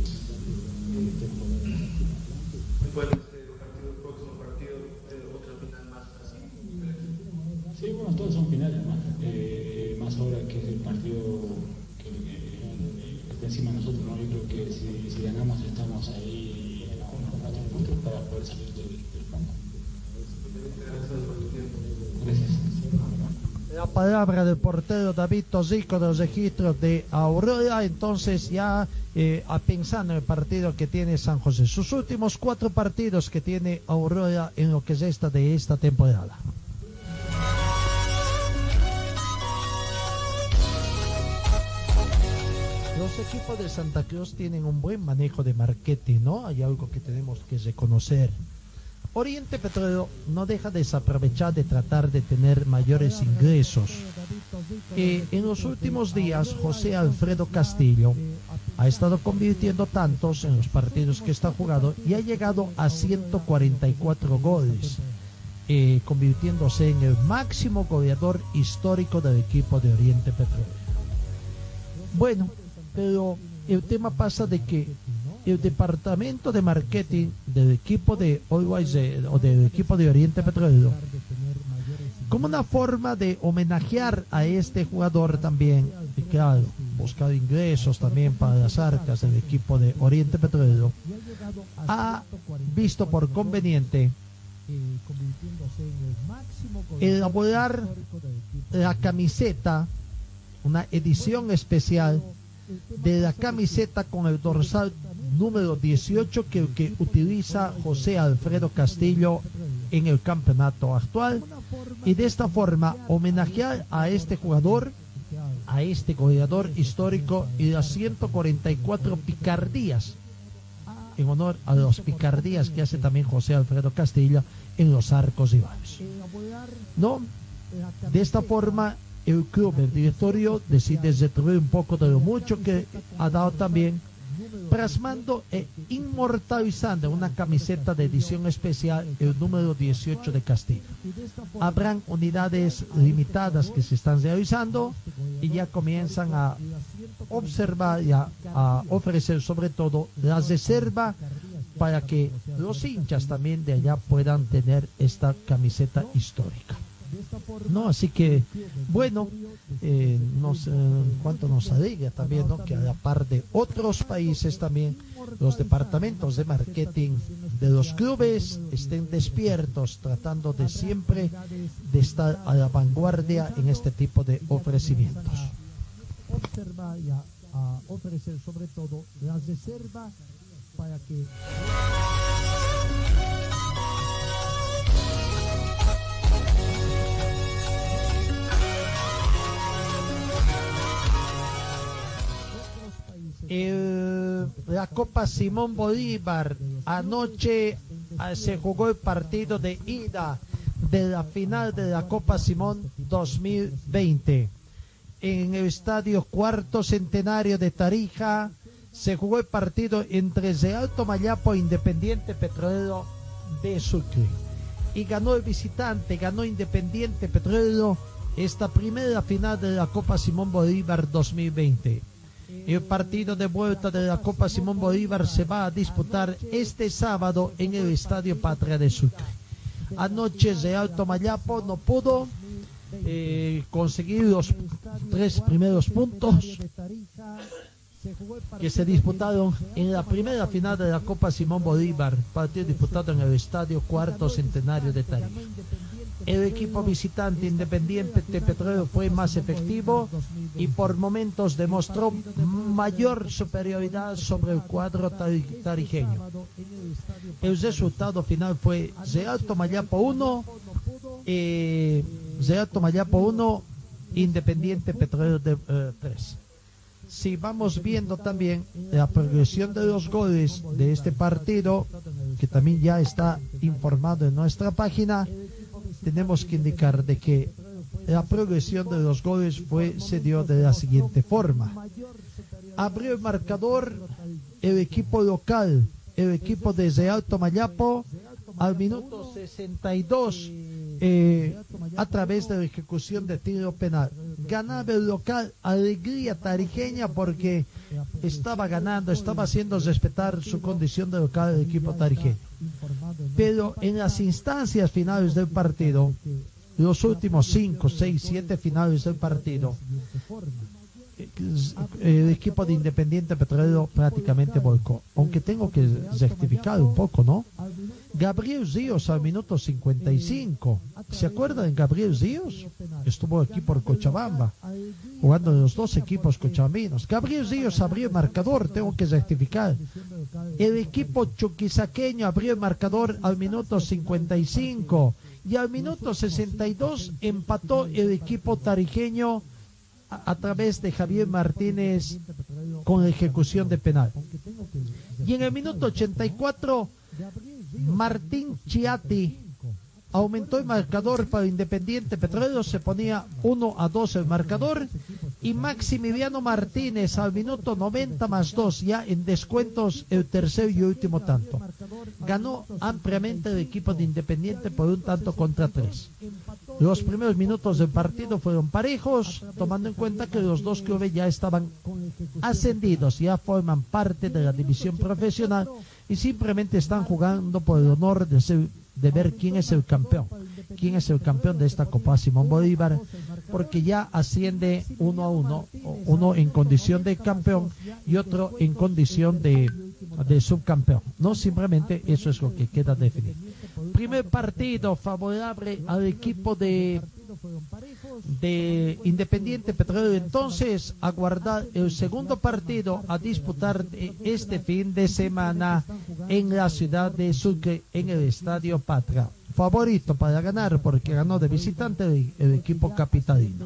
S13: Después de este partido, el próximo partido, otra final más así.
S15: Sí, bueno, todos son finales más ahora que es el partido que está encima de nosotros, ¿no? Yo creo que si ganamos estamos ahí a unos 4 puntos. minutos para poder salir del banco. Gracias.
S5: La palabra del portero David Tosico de los registros de Aurora. Entonces ya pensando en el partido que tiene San José, sus últimos 4 partidos que tiene Aurora en lo que es de esta temporada. Los equipos de Santa Cruz tienen un buen manejo de marketing, ¿no? Hay algo que tenemos que reconocer. Oriente Petrolero no deja de desaprovechar de tratar de tener mayores ingresos. En los últimos días, José Alfredo Castillo ha estado convirtiendo tantos en los partidos que está jugando y ha llegado a 144 goles, convirtiéndose en el máximo goleador histórico del equipo de Oriente Petrolero. Bueno, pero el tema pasa de que el departamento de marketing del equipo de Always o del equipo de Oriente Petrolero, como una forma de homenajear a este jugador también, y claro, buscar ingresos también para las arcas del equipo de Oriente Petrolero, ha visto por conveniente elaborar la camiseta, una edición especial de la camiseta con el dorsal número 18 que utiliza José Alfredo Castillo en el campeonato actual, y de esta forma homenajear a este jugador, a este goleador histórico, y las 144 picardías en honor a las picardías que hace también José Alfredo Castillo en los arcos rivales, ¿no? De esta forma el club, el directorio, decide retribuir un poco de lo mucho que ha dado también, plasmando e inmortalizando una camiseta de edición especial el número 18 de Castillo. Habrán unidades limitadas que se están realizando y ya comienzan a observar y a ofrecer sobre todo la reserva para que los hinchas también de allá puedan tener esta camiseta histórica. No, así que bueno, no sé cuánto nos alegra también, ¿no?, que a la par de otros países también los departamentos de marketing de los clubes estén despiertos, tratando de siempre de estar a la vanguardia en este tipo de ofrecimientos. Observar y a ofrecer sobre todo la reserva para que la Copa Simón Bolívar. Anoche se jugó el partido de ida de la final de la Copa Simón 2020 en el estadio Cuarto Centenario de Tarija. Se jugó el partido entre Real Tomayapo e Independiente Petrolero de Sucre y ganó el visitante, ganó Independiente Petrolero esta primera final de la Copa Simón Bolívar 2020. El partido de vuelta de la Copa Simón Bolívar se va a disputar este sábado en el Estadio Patria de Sucre. Anoche Real Tomayapo no pudo conseguir los 3 primeros puntos que se disputaron en la primera final de la Copa Simón Bolívar, partido disputado en el Estadio Cuarto Centenario de Tarija. El equipo visitante Independiente Petrolero fue más efectivo y por momentos demostró mayor superioridad sobre el cuadro tarijeño. El resultado final fue Real Tomayapo 1, Independiente Petrolero 3. Si vamos viendo también la progresión de los goles de este partido, que también ya está informado en nuestra página, tenemos que indicar de que la progresión de los goles se dio de la siguiente forma. Abrió el marcador el equipo local, el equipo de Real Tomayapo, al minuto 62 a través de la ejecución de tiro penal. Ganaba el local, alegría tarijeña porque estaba ganando, estaba haciendo respetar su condición de local el equipo tarijeño. Pero en las instancias finales del partido, los últimos 5, 6, 7 finales del partido, el equipo de Independiente Petrolero prácticamente volcó. Aunque tengo que rectificar un poco, ¿no? Gabriel Ríos al minuto 55. ¿Se acuerdan de Gabriel Ríos? Estuvo aquí por Cochabamba, jugando en los dos equipos cochabambinos. Gabriel Ríos abrió el marcador, tengo que rectificar. El equipo chuquisaqueño abrió el marcador al minuto 55 y al minuto 62 empató el equipo tarijeño a través de Javier Martínez con ejecución de penal. Y en el minuto 84 Martín Chiati aumentó el marcador para Independiente Petrolero, se ponía 1-2 el marcador, y Maximiliano Martínez al minuto 90 más 2, ya en descuentos, el tercer y último tanto. Ganó ampliamente el equipo de Independiente por 1-3. Los primeros minutos del partido fueron parejos, tomando en cuenta que los dos clubes ya estaban ascendidos, ya forman parte de la división profesional y simplemente están jugando por el honor de ver quién es el campeón de esta Copa Simón Bolívar, porque ya asciende 1-1, uno en condición de campeón y otro en condición de subcampeón. No, simplemente eso es lo que queda definido. Primer partido favorable al equipo de Independiente Petrolero. Entonces, aguardar el segundo partido a disputar este fin de semana en la ciudad de Sucre, en el Estadio Patria. Favorito para ganar porque ganó de visitante el equipo capitalino.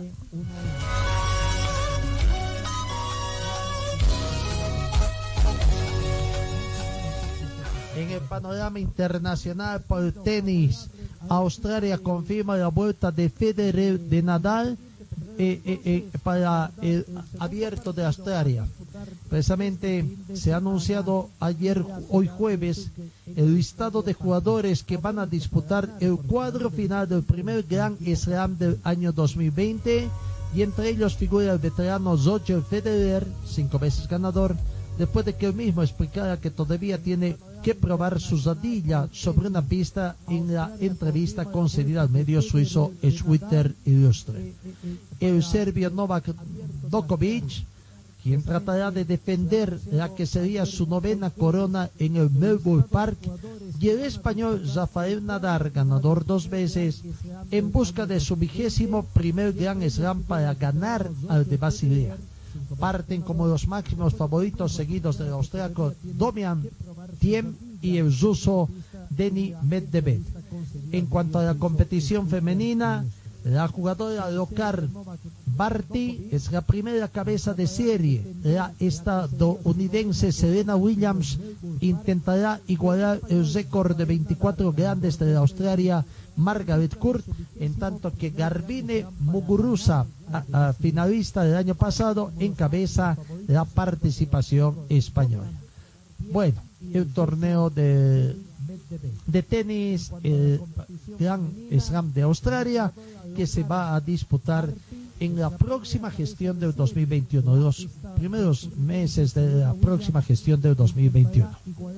S5: En el panorama internacional por el tenis, Australia confirma la vuelta de Federer de Nadal para el Abierto de Australia. Precisamente se ha anunciado hoy jueves, el listado de jugadores que van a disputar el cuadro final del primer Grand Slam del año 2020, y entre ellos figura el veterano Roger Federer, 5 veces ganador, después de que él mismo explicara que todavía tiene que probar su rodilla sobre una pista en la entrevista concedida al medio suizo Schwitter Illustre. El serbio Novak Djokovic, quien tratará de defender la que sería su 9ª corona en el Melbourne Park, y el español Rafael Nadal, ganador 2 veces, en busca de su 21º Grand Slam para ganar al de Basilea. Parten como los máximos favoritos, seguidos del austriaco Domian Thiem y el ruso Denis Medvedev. En cuanto a la competición femenina, la jugadora local Barty es la primera cabeza de serie. La estadounidense Serena Williams intentará igualar el récord de 24 grandes de la Australia Margaret Court, en tanto que Garbine Muguruza, finalista del año pasado, encabeza la participación española. Bueno, el torneo de tenis, el Grand Slam de Australia, que se va a disputar en la próxima gestión del 2021, los primeros meses de la próxima gestión del 2021.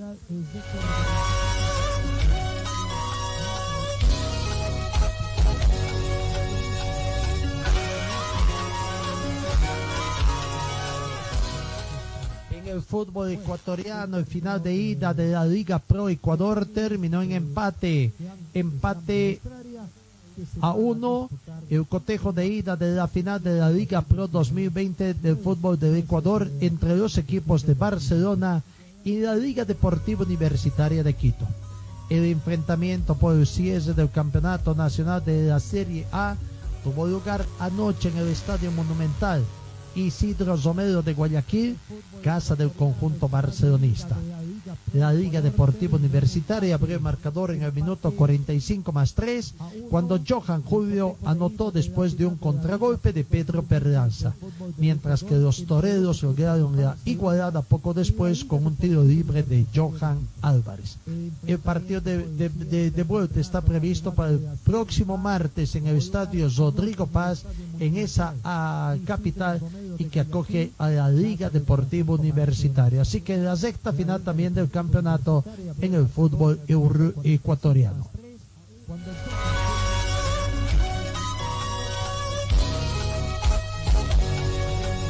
S5: El fútbol ecuatoriano, el final de ida de la Liga Pro Ecuador terminó en empate a 1. El cotejo de ida de la final de la Liga Pro 2020 del fútbol del Ecuador entre los equipos de Barcelona y la Liga Deportiva Universitaria de Quito. El enfrentamiento por el cierre del Campeonato Nacional de la Serie A tuvo lugar anoche en el Estadio Monumental Isidro Romero de Guayaquil, casa del conjunto barcelonista. La Liga Deportiva Universitaria abrió el marcador en el minuto 45 más 3, cuando Johan Julio anotó después de un contragolpe de Pedro Perlaza, mientras que los toreros lograron la igualada poco después con un tiro libre de Johan Álvarez. El partido de vuelta está previsto para el próximo martes en el estadio Rodrigo Paz, en esa capital, y que acoge a la Liga Deportiva Universitaria. Así que la recta final también del campeonato en el fútbol ecuatoriano.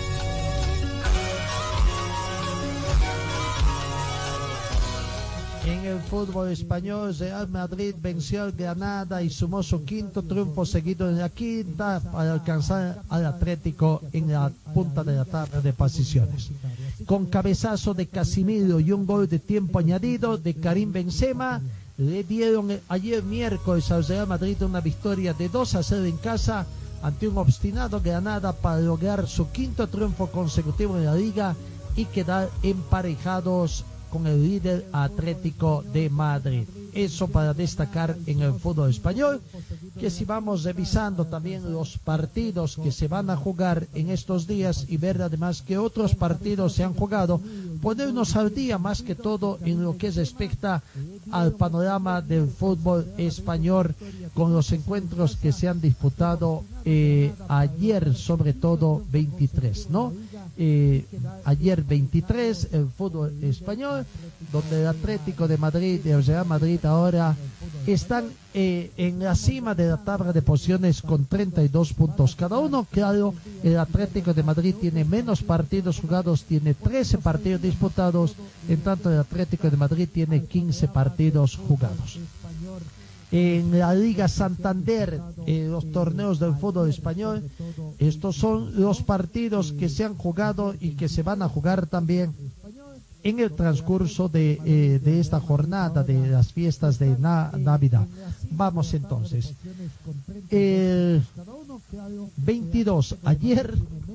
S5: En en el fútbol español, Real Madrid venció al Granada y sumó su quinto triunfo seguido en la quinta para alcanzar al Atlético en la punta de la tabla de posiciones. Con cabezazo de Casimiro y un gol de tiempo añadido de Karim Benzema, le dieron ayer miércoles al Real Madrid una victoria de 2-0 en casa ante un obstinado Granada para lograr su quinto triunfo consecutivo en la liga y quedar emparejados con el líder Atlético de Madrid. Eso para destacar en el fútbol español, que si vamos revisando también los partidos que se van a jugar en estos días y ver además que otros partidos se han jugado, ponernos al día más que todo en lo que respecta al panorama del fútbol español con los encuentros que se han disputado ayer, sobre todo 23, ¿no? Ayer 23 el fútbol español, donde el Atlético de Madrid y el Real Madrid ahora están en la cima de la tabla de posiciones con 32 puntos cada uno. Claro, el Atlético de Madrid tiene menos partidos jugados, tiene 13 partidos disputados, en tanto el Atlético de Madrid tiene 15 partidos jugados. En la Liga Santander, los torneos del fútbol español, estos son los partidos que se han jugado y que se van a jugar también en el transcurso de esta jornada de las fiestas de Navidad. Vamos entonces. El 22, ayer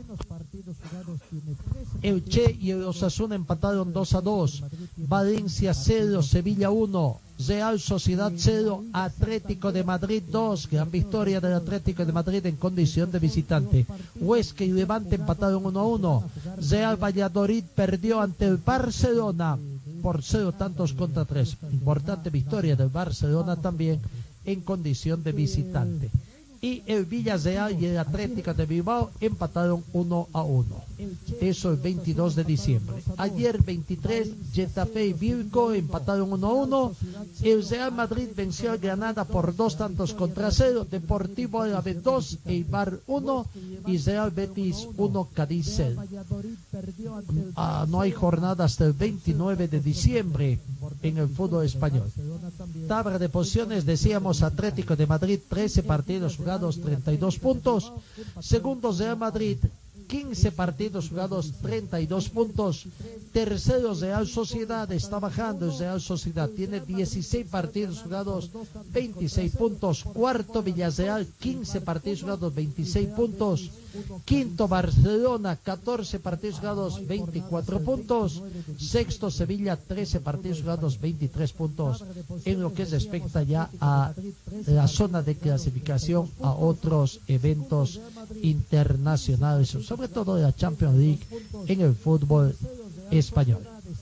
S5: el Che y el Osasuna empataron 2-2. Valencia 0, Sevilla 1, Real Sociedad 0, Atlético de Madrid 2. Gran victoria del Atlético de Madrid en condición de visitante. Huesca y Levante empataron 1-1. Real Valladolid perdió ante el Barcelona por 0-3. Importante victoria del Barcelona también en condición de visitante. Y el Villarreal y el Atlético de Bilbao empataron 1-1. Eso el 22 de diciembre. Ayer 23, Getafe y Bilbao empataron 1-1. El Real Madrid venció al Granada por 2-0. Deportivo Alavés 2, Eibar 1 y Real Betis 1, Cádiz 0. No hay jornada hasta el 29 de diciembre en el fútbol español. Tabla de posiciones, decíamos, Atlético de Madrid 13 partidos jugados, 32 puntos. Segundo Real Madrid, 15 partidos jugados, 32 puntos. Tercero Real Sociedad, está bajando el Real Sociedad, tiene 16 partidos jugados, 26 puntos. Cuarto Villarreal, 15 partidos jugados, 26 puntos. Quinto Barcelona, 14 partidos jugados, 24 puntos. Sexto Sevilla, 13 partidos jugados, 23 puntos. En lo que respecta ya a la zona de clasificación a otros eventos internacionales, sobre todo de la Champions League en el fútbol español.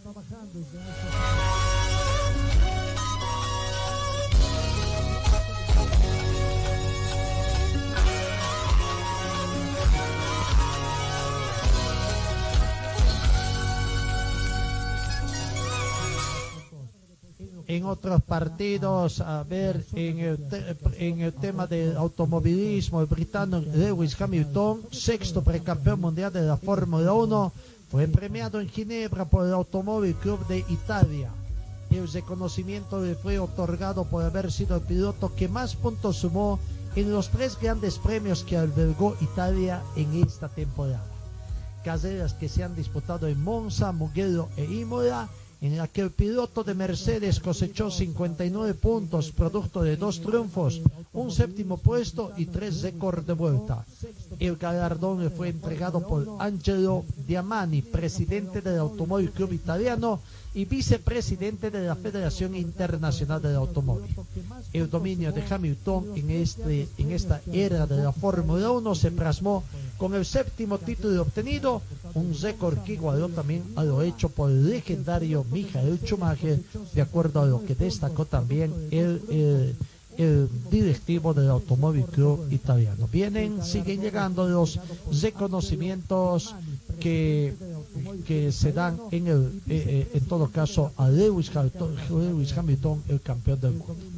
S5: En otros partidos, a ver, en el tema del automovilismo, el británico Lewis Hamilton, sexto precampeón mundial de la Fórmula 1, fue premiado en Ginebra por el Automóvil Club de Italia. El reconocimiento le fue otorgado por haber sido el piloto que más puntos sumó en los 3 grandes premios que albergó Italia en esta temporada. Carreras que se han disputado en Monza, Mugello e Imola, en la que el piloto de Mercedes cosechó 59 puntos, producto de 2 triunfos, un séptimo puesto y 3 récords de vuelta. El galardón le fue entregado por Angelo Diamani, presidente del Automóvil Club Italiano y vicepresidente de la Federación Internacional del Automóvil. El dominio de Hamilton en esta era de la Fórmula 1 se plasmó con el séptimo título obtenido, un récord que igualó también a lo hecho por el legendario Michael Schumacher, de acuerdo a lo que destacó también el directivo del Automóvil Club Italiano. Siguen llegando los reconocimientos que se dan en todo caso a Lewis Hamilton, el campeón del mundo.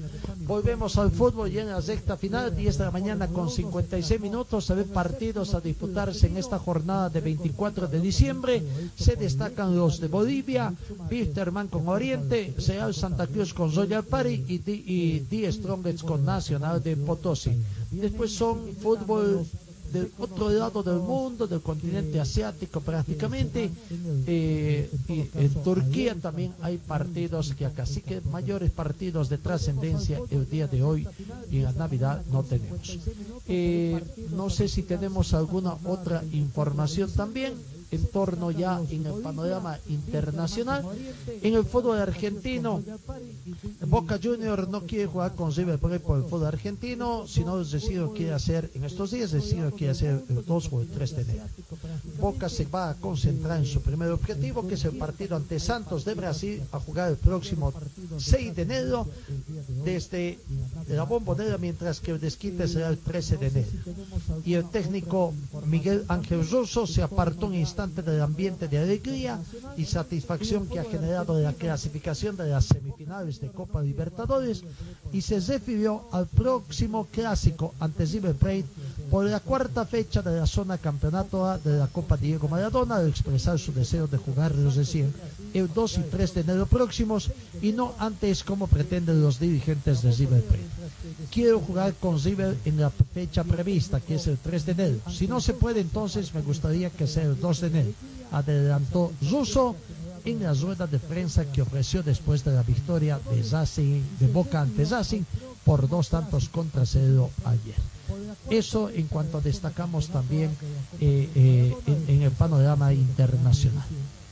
S5: Volvemos al fútbol y en la sexta final, 10 de la mañana con 56 minutos. Se ven partidos a disputarse en esta jornada de 24 de diciembre. Se destacan los de Bolivia, Wilstermann con Oriente, Real Santa Cruz con Royal Party y Die Strongest con Nacional de Potosí. Después son fútbol del otro lado del mundo, del continente asiático prácticamente, y en Turquía también hay partidos que acá, así que mayores partidos de trascendencia el día de hoy y en la Navidad no tenemos. No sé si tenemos alguna otra información también en torno ya en el panorama internacional. En el fútbol argentino, Boca Juniors no quiere jugar con River Plate por el fútbol argentino, sino el decidido quiere hacer en estos días, decidido quiere hacer el 2 o el 3 de enero. Boca se va a concentrar en su primer objetivo, que es el partido ante Santos de Brasil, a jugar el próximo 6 de enero desde la Bombonera, mientras que el desquite será el 13 de enero. Y el técnico Miguel Ángel Russo se apartó un instante del ambiente de alegría y satisfacción que ha generado la clasificación de las semifinales de Copa Libertadores y se refirió al próximo clásico ante River Plate por la cuarta fecha de la zona campeonato A de la Copa Diego Maradona, al expresar su deseo de jugarlos recién el 2 y 3 de enero próximos y no antes como pretenden los dirigentes de River Plate. Quiero jugar con River en la fecha prevista, que es el 3 de enero. Si no se puede, entonces me gustaría que sea el 2 de enero, adelantó Russo en la rueda de prensa que ofreció después de la victoria de Boca ante Racing por 2-0 ayer. Eso en cuanto destacamos también en el panorama internacional.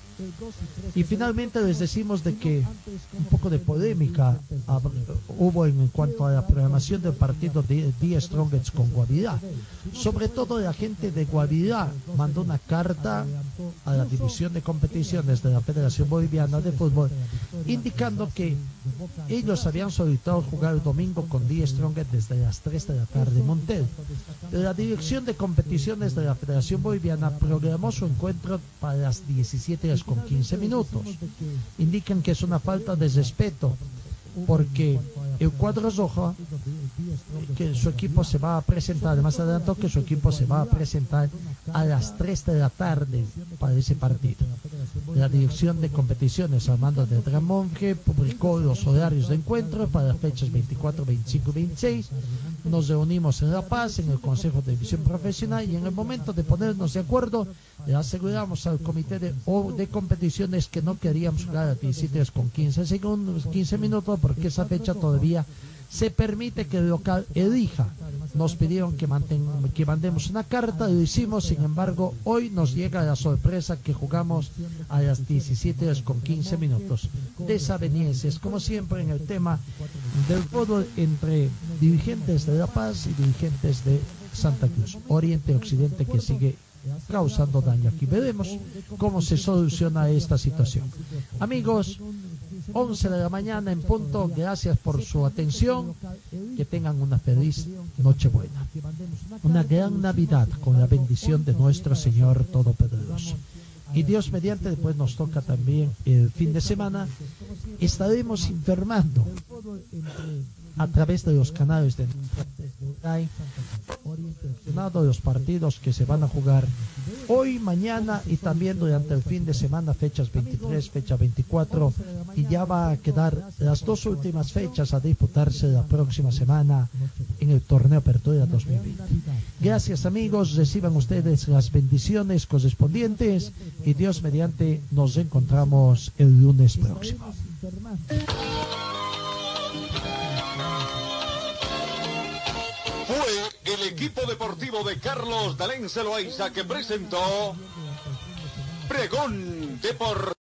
S5: Y finalmente les decimos de que un poco de polémica hubo en cuanto a la programación del partido de Die Strongest con Guavirá. Sobre todo la gente de Guavirá mandó una carta a la división de competiciones de la Federación Boliviana de Fútbol indicando que ellos habían solicitado jugar el domingo con Die Strongest desde las 3 de la tarde en Montel. La dirección de competiciones de la Federación Boliviana programó su encuentro para las 17:15. Indican que es una falta de respeto porque el cuadro rojo, que su equipo se va a presentar, además adelantó que su equipo se va a presentar a las 3 de la tarde para ese partido. La dirección de competiciones al mando de Dramonge publicó los horarios de encuentro para las fechas 24, 25 y 26. Nos reunimos en La Paz, en el Consejo de División Profesional, y en el momento de ponernos de acuerdo, le aseguramos al comité de competiciones que no queríamos jugar a 17:15 minutos, porque esa fecha todavía se permite que el local elija. Nos pidieron que mandemos una carta, lo hicimos, sin embargo, hoy nos llega la sorpresa que jugamos a las 17:15 minutos. Desavenencias, como siempre en el tema del fútbol entre dirigentes de La Paz y dirigentes de Santa Cruz, Oriente y Occidente, que sigue causando daño. Aquí veremos cómo se soluciona esta situación. Amigos, 11 de la mañana en punto. Gracias por su atención. Que tengan una feliz Nochebuena, una gran Navidad con la bendición de nuestro Señor Todopoderoso. Y Dios mediante, después nos toca también el fin de semana. Estaremos informando a través de los canales de los partidos que se van a jugar hoy, mañana y también durante el fin de semana, fechas 23, fecha 24, y ya va a quedar las dos últimas fechas a disputarse la próxima semana en el torneo Apertura 2020. Gracias, amigos, reciban ustedes las bendiciones correspondientes y Dios mediante nos encontramos el lunes próximo.
S3: Fue el equipo deportivo de Carlos Dalén Celoaiza que presentó Pregón Deportivo.